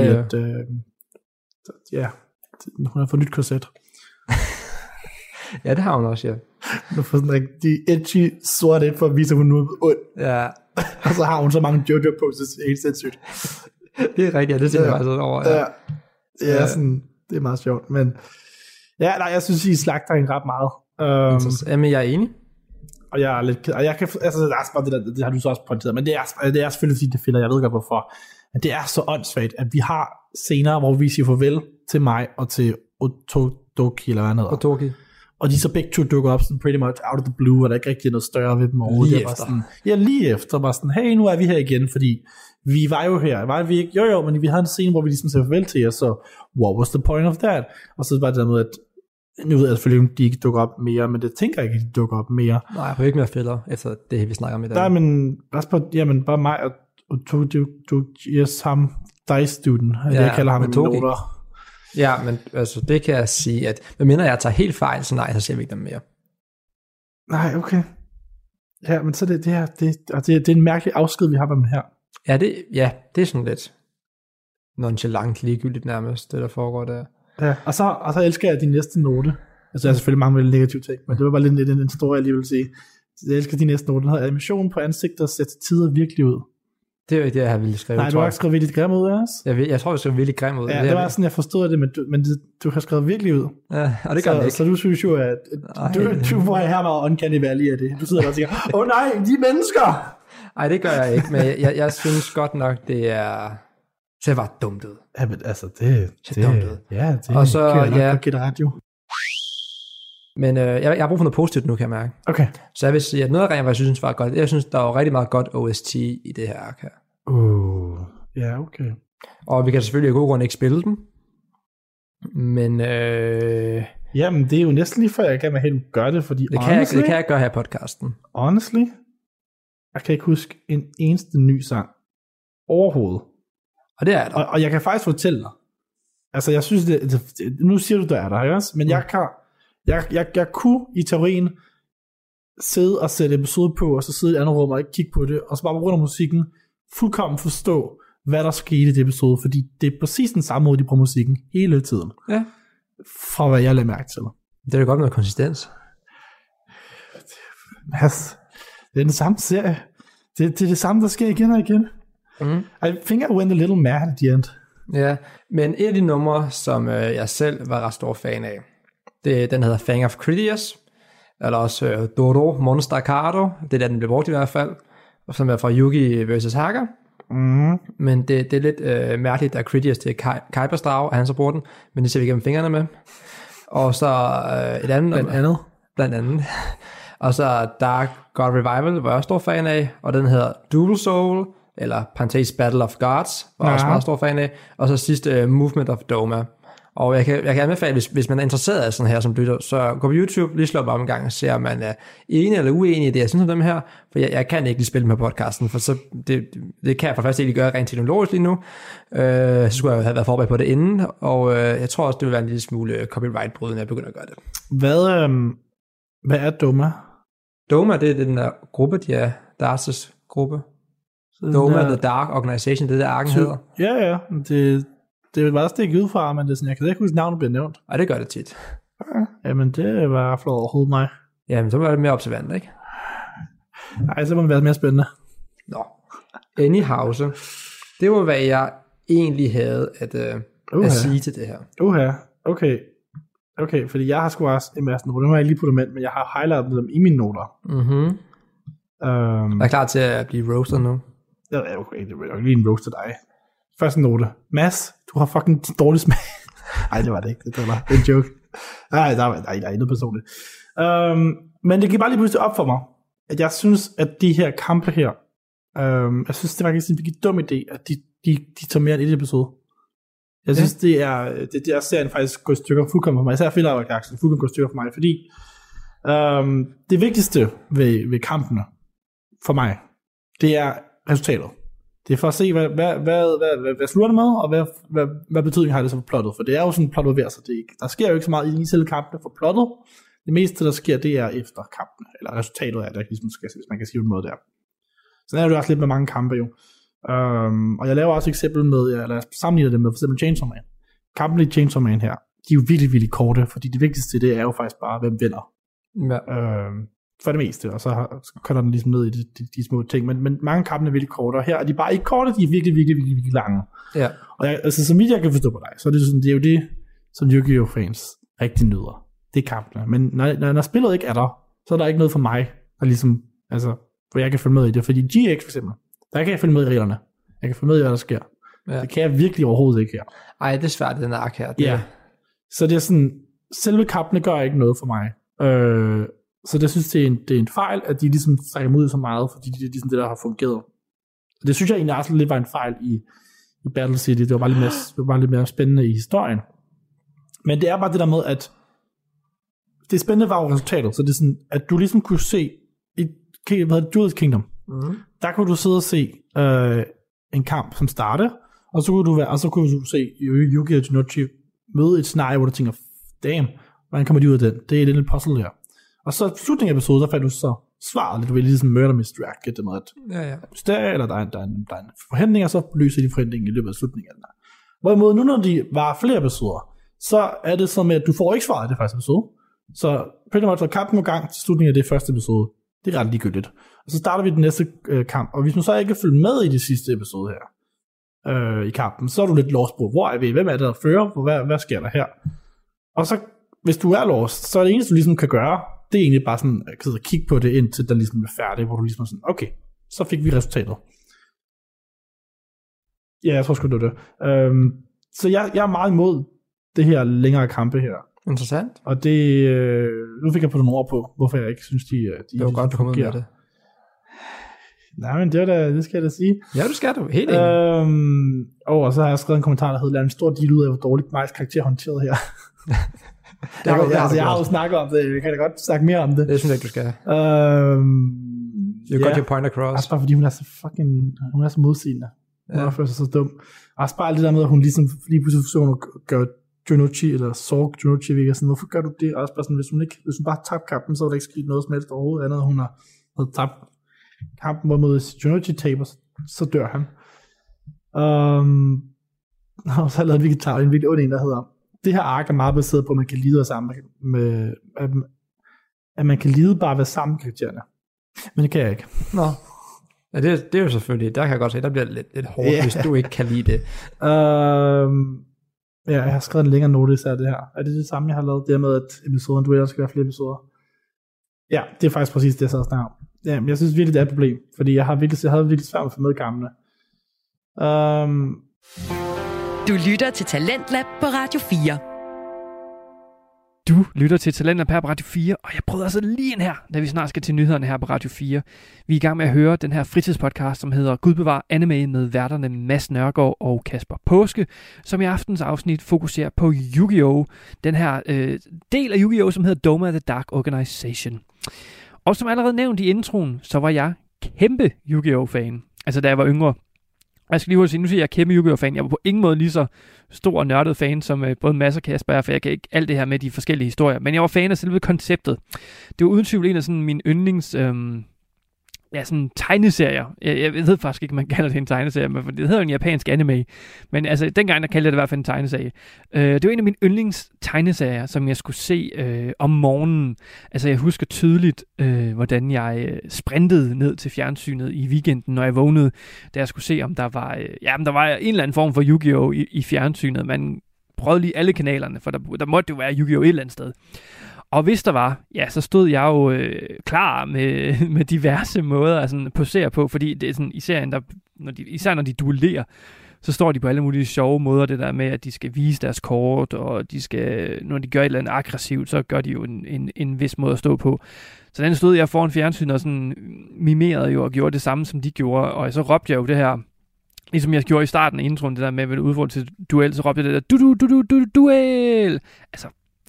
at hun har fået nyt korset. Ja, det har hun også, ja. Hun har fået sådan en rigtig edgy sort ind for at vise, at hun nu er ond. Ja. Og så har hun så mange Jojo poses, helt sindssygt. Det er rigtigt, ja, det tænker jeg faktisk over. Ja. Sådan, det er meget sjovt, men Ja, nej, jeg synes, I slagter hende ret meget. Jamen, jeg er enig. Og jeg er lidt ked. Og jeg kan, altså, det er bare det har du så også pointeret, men det er selvfølgelig fordi det fælder, jeg ved godt hvorfor. Men det er så åndssvagt, at vi har scener, hvor vi siger farvel til mig og til Otodoki, eller hvad han hedder. Otodoki. Og de så begge to dukker op sådan pretty much out of the blue, og der ikke rigtig er noget større ved dem overhovedet. Lige efter. Sådan, ja, lige efter. Bare sådan, hey, nu er vi her igen, fordi vi var jo her. Var vi ikke? Jo, men vi havde en scene, hvor vi ligesom sagde farvel til jer, så what was the point of that? Og så bare det der med, at nu ved jeg selvfølgelig, at de ikke dukker op mere, men det tænker jeg ikke, at de dukker op mere. Nej, jeg får ikke mere fælder, efter det, vi snakker om i dag. Nej, men bare mig og ham, dig student, jeg kalder ham en noter. Ja, men altså, det kan jeg sige, at medmindre jeg tager helt fejl, så nej, så ser vi ikke dem mere. Nej, okay. Ja, men så det er en mærkelig afsked, vi har med dem her. Ja, det er sådan lidt nonchalant ligegyldigt nærmest, det der foregår der. Ja, og så elsker jeg din næste note. Altså, jeg har selvfølgelig mange negative ting, men det var bare lidt en story, jeg lige vil sige. Jeg elsker din næste note. Den hedder animation på ansigter ser til tider virkelig ud. Det er jo ikke det, jeg har ville skrive. Nej, du har ikke skrevet virkelig grim ud af os. Jeg tror, jeg skrev virkelig grim ud. Ja, det var sådan, jeg forstod det, men du har skrevet virkelig ud. Ja, og det gør det ikke. Så du synes jo, at du får her meget uncanny valley af det. Du sidder der og siger, nej, de mennesker! Nej, det gør jeg ikke, men jeg synes godt nok, det er... Det var dumt ud. Ja, men altså, det dumt ud. Ja, det og så, kan jeg nok give dig ret, jo. Men jeg har brug for noget positivt nu, kan jeg mærke. Okay. Så jeg vil sige, at noget af rent, hvad jeg synes var godt, jeg synes, der var rigtig meget godt OST i det her ark her. Ja, okay. Og vi kan selvfølgelig af god grund ikke spille den. Men... Jamen, det er jo næsten lige før, jeg gerne vil helt gøre det, fordi det kan jeg gøre her i podcasten. Honestly, jeg kan ikke huske en eneste ny sang overhovedet. Og det er der. Og jeg kan faktisk fortælle dig, altså jeg synes, nu siger du, der er der, ikke også? Men jeg kunne i teorien sidde og sætte episode på, og så sidde i et andet rum og ikke kigge på det, og så bare på grund af musikken, fuldkommen forstå, hvad der skete i det episode, fordi det er præcis den samme måde, de bruger musikken hele tiden. Ja. Fra hvad jeg lagde mærke til. Det er da godt med konsistens. Mads, det er den samme serie. Det er det samme, der sker igen og igen. I think I went a little mad at the end. Ja, men et af de numre, som jeg selv var ret stor fan af, den hedder Fang of Critias, eller også Doro Monster Cardo, det er der, den blev brugt i hvert fald, som er fra Yugi vs. Haga. Men det er lidt mærkeligt, at Critias til Kuipers drage, at han så bruger den, men det ser vi gennem fingrene med. Og så et andet. Blandt andet. Og så Dark God Revival, var jeg også stor fan af, og den hedder Dual Soul, eller Panthe's Battle of Gods, var også meget stor fan af, og så sidste Movement of Doma. Og jeg kan anbefale, hvis man er interesseret af sådan her som lytter, så gå på YouTube, lige slå op en gang og se, om man er enig eller uenig i det, jeg synes om dem her, for jeg kan ikke lige spille med podcasten, for så det kan jeg for først ikke gøre rent teknologisk lige nu. Så skulle jeg have været forberedt på det inden, og jeg tror også, det vil være en lille smule copyright-brud, når jeg begynder at gøre det. Hvad er Doma? Doma, det er den der gruppe, Darces gruppe. Doma, The Dark Organization, det der arken hedder. Ja, det var også det, jeg gik ud fra, men det er sådan, jeg kan ikke huske, navnet bliver nævnt. Ej, det gør det tit. Jamen, det var flot overhovedet mig. Jamen, så var det mere observant, ikke? Nej, så må det være mere spændende. Nå. Anyhow, så. Det var, hvad jeg egentlig havde at sige til det her. Okay, fordi jeg har sgu også en masse noter. Nu har jeg lige puttet dem ind, men jeg har highlightet dem i mine noter. Jeg er klar til at blive roasted nu. Ja, okay, det var jo lige en roast til dig. Første note. Mads, du har fucking dårlig smag. Nej, det var det ikke. Det var en joke. Nej, der er ikke noget personligt. Men det gik bare lige pludselig op for mig, at jeg synes, at de her kampe her, jeg synes, det var faktisk en virkelig dum idé, at de tager mere end et episode. Jeg synes, det er serien faktisk går i stykker fuldkommen for mig. Især filler-aksen fuldkommen går i stykker for mig, fordi det vigtigste ved kampene for mig, det er resultatet. Det er for at se, hvad slutter det med, og hvad betydning har det så for plottet. For det er jo sådan plottet ved, så der sker jo ikke så meget i selve kampene for plottet. Det meste, der sker, det er efter kampene, eller resultatet af det, ligesom hvis man kan sige på en måde der. Sådan er det også lidt med mange kampe jo. Og jeg laver også et eksempel med, eller sammenligner det med for eksempel Chainsaw Man. Kampene i Chainsaw Man her, de er jo virkelig, virkelig korte, fordi det vigtigste, det er jo faktisk bare, hvem vinder. Ja. For det meste, og så kører den ligesom ned i de små ting, men mange kampene er virkelig korte, og her er de bare ikke korte, de er virkelig, virkelig, virkelig, virkelig lange. Ja. Og altså, som jeg kan forstå på dig, så er det sådan, det er jo det, som Yu-Gi-Oh! Fans rigtig nyder. Det er kampene. Men når spillet ikke er der, så er der ikke noget for mig, der ligesom, altså, hvor jeg kan følge med i det. Fordi GX for eksempel, der kan jeg følge med i reglerne. Jeg kan følge med i, hvad der sker. Ja. Det kan jeg virkelig overhovedet ikke her. Ej, det er svært, den ark her. Ja. Så det er sådan, selve kampene gør ikke noget for mig. Så det synes det er en fejl, at de ligesom trækker mod så meget, fordi det er ligesom det, der har fungeret. Og det synes jeg egentlig også lidt var en fejl i Battle City. Det var bare lidt mere spændende i historien. Men det er bare det der med, at det spændende var jo resultatet. Så det er sådan, at du ligesom kunne se i Duel's Kingdom, der kunne du sidde og se en kamp som starte, og så kunne du se Yugi og Junichi møde et scenarie, hvor du tænker, damn, hvordan kommer de ud af den? Det er lidt puzzle her. Og så slutningen af episoden, der fandt du så svaret lidt, du vil ligesom murder mystery, det med at mysterier, eller der er en forhindring, og så løser de forhindringen i løbet af slutningen af den. Hvorimod nu, når de var flere episoder, så er det sådan med, at du får ikke svaret i det første episode. Så pretty much, kampen går gang til slutningen af det første episode. Det er ret ligegyldigt. Og så starter vi den næste kamp, og hvis man så ikke følger med i det sidste episode her, i kampen, så er du lidt lost på, hvor er vi, hvem er det, der fører, hvad sker der her? Og så, hvis du er lost, så er det eneste, du ligesom kan gøre, det er egentlig bare sådan, at kigge på det, indtil der ligesom er færdigt, hvor du ligesom er sådan, okay, så fik vi resultatet. Ja, jeg tror sgu, det var det. Så jeg er meget imod det her længere kampe her. Interessant. Og det, nu fik jeg på nogle ord på, hvorfor jeg ikke synes, de det var godt, du kom ud med det. Nej, men det skal jeg da sige. Ja, du skal du. Helt enig. Og så har jeg skrevet en kommentar, der hedder, en stor deal ud af, hvor dårligt Majs karakter håndteret her. Jeg har jo snakket om det. Jeg kan da godt snakke mere om det. Det synes jeg ikke, du skal. You got your point across. Også bare fordi hun er så modsigende. Hun er først så dum. Også bare alt det der med, at hun ligesom lige pludselig forsøger at gøre Junichi, eller Sorg Junichi, ikke? Sådan, hvorfor gør du det? Også bare sådan, hvis hun bare tabte kampen, så var der ikke sket noget som helst overhovedet andet, hun havde tabt kampen, hvor mod Junichi taber, så dør han. Og så har jeg lavet en virkelig ond en, der hedder, det her ark er meget baseret på, at man kan lide sammen med at man kan lide bare ved sammen karaktererne. Men det kan jeg ikke. Nå. Ja, det er jo selvfølgelig, der kan jeg godt se, der bliver lidt hårdt, hvis du ikke kan lide det. Ja, jeg har skrevet en længere notice af det her. Er det samme, jeg har lavet? Det med, at episoden, du ellers skal være flere episoder. Ja, det er faktisk præcis det, jeg så snakker om. Ja, men jeg synes virkelig, det er et problem, fordi jeg havde virkelig svært med at få med gamle. Du lytter til Talentlab på Radio 4. Du lytter til Talentlab her på Radio 4, og jeg prøvede altså lige ind her, da vi snart skal til nyhederne her på Radio 4. Vi er i gang med at høre den her fritidspodcast, som hedder Gud bevar anime med værterne Mads Nørgaard og Kasper Påske, som i aftens afsnit fokuserer på Yu-Gi-Oh! Den her del af Yu-Gi-Oh! Som hedder Doma the Dark Organization. Og som allerede nævnt i introen, så var jeg kæmpe Yu-Gi-Oh! Fan. Altså da jeg var yngre. Jeg skal lige sige, nu siger jeg kæmpe Yu-Gi-Oh! Fan. Jeg var på ingen måde lige så stor og nørdet fan, som både Mads og Kasper er, for jeg kan ikke alt det her med de forskellige historier. Men jeg var fan af selve konceptet. Det var uden tvivl en af sådan mine yndlings sådan tegneserier. Jeg ved faktisk ikke, man kalder det en tegneserie, men det hedder en japansk anime. Men altså, dengang der kaldte jeg det i hvert fald en tegneserie. Det var en af mine yndlings tegneserier, som jeg skulle se om morgenen. Altså, jeg husker tydeligt, hvordan jeg sprintede ned til fjernsynet i weekenden, når jeg vågnede, da jeg skulle se, om der var, der var en eller anden form for Yu-Gi-Oh! I fjernsynet. Man prøvede lige alle kanalerne, for der måtte jo være Yu-Gi-Oh! Et eller andet sted. Og hvis der var, så stod jeg jo klar med diverse måder at posere på, fordi det er sådan, i serien, især når de duellerer, så står de på alle mulige sjove måder, det der med, at de skal vise deres kort, og de skal, når de gør et eller andet aggressivt, så gør de jo en vis måde at stå på. Så den stod jeg foran fjernsynet og sådan mimerede jo og gjorde det samme, som de gjorde, og så råbte jeg jo det her, ligesom jeg gjorde i starten af introen, det der med at udfordre til duel, så råbte jeg det der, duel! Altså,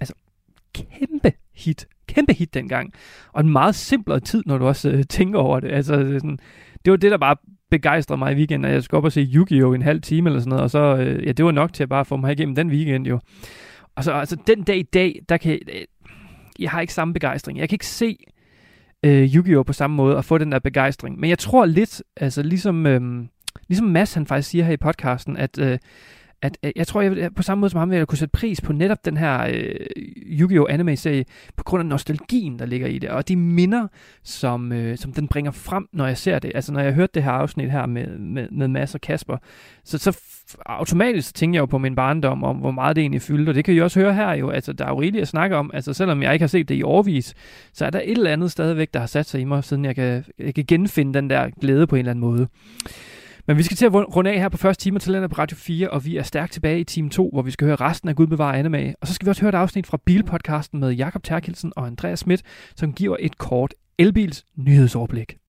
kæmpe hit dengang. Og en meget simplere tid, når du også tænker over det. Altså, det var det, der bare begejstrede mig i weekenden, at jeg skulle op og se Yu-Gi-Oh! En halv time eller sådan noget, og så, det var nok til at bare få mig igennem den weekend jo. Og så, altså, den dag i dag, jeg har ikke samme begejstring. Jeg kan ikke se Yu-Gi-Oh! På samme måde og få den der begejstring. Men jeg tror lidt, altså ligesom Mads han faktisk siger her i podcasten, at jeg tror, jeg på samme måde som ham, vil jeg kunne sætte pris på netop den her Yu-Gi-Oh! Anime-serie, på grund af nostalgien, der ligger i det, og de minder, som den bringer frem, når jeg ser det. Altså, når jeg hørte det her afsnit her med Mads og Kasper, så automatisk tænker jeg jo på min barndom, om hvor meget det egentlig fyldte, og det kan I også høre her jo. Altså, der er jo rigeligt at snakke om, altså selvom jeg ikke har set det i årevis, så er der et eller andet stadigvæk, der har sat sig i mig, siden jeg kan genfinde den der glæde på en eller anden måde. Men vi skal til at runde af her på første time til på Radio 4, og vi er stærkt tilbage i time 2, hvor vi skal høre resten af Gud bevare anime. Og så skal vi også høre et afsnit fra Bilpodcasten med Jakob Terkelsen og Andreas Schmidt, som giver et kort elbils nyhedsoverblik.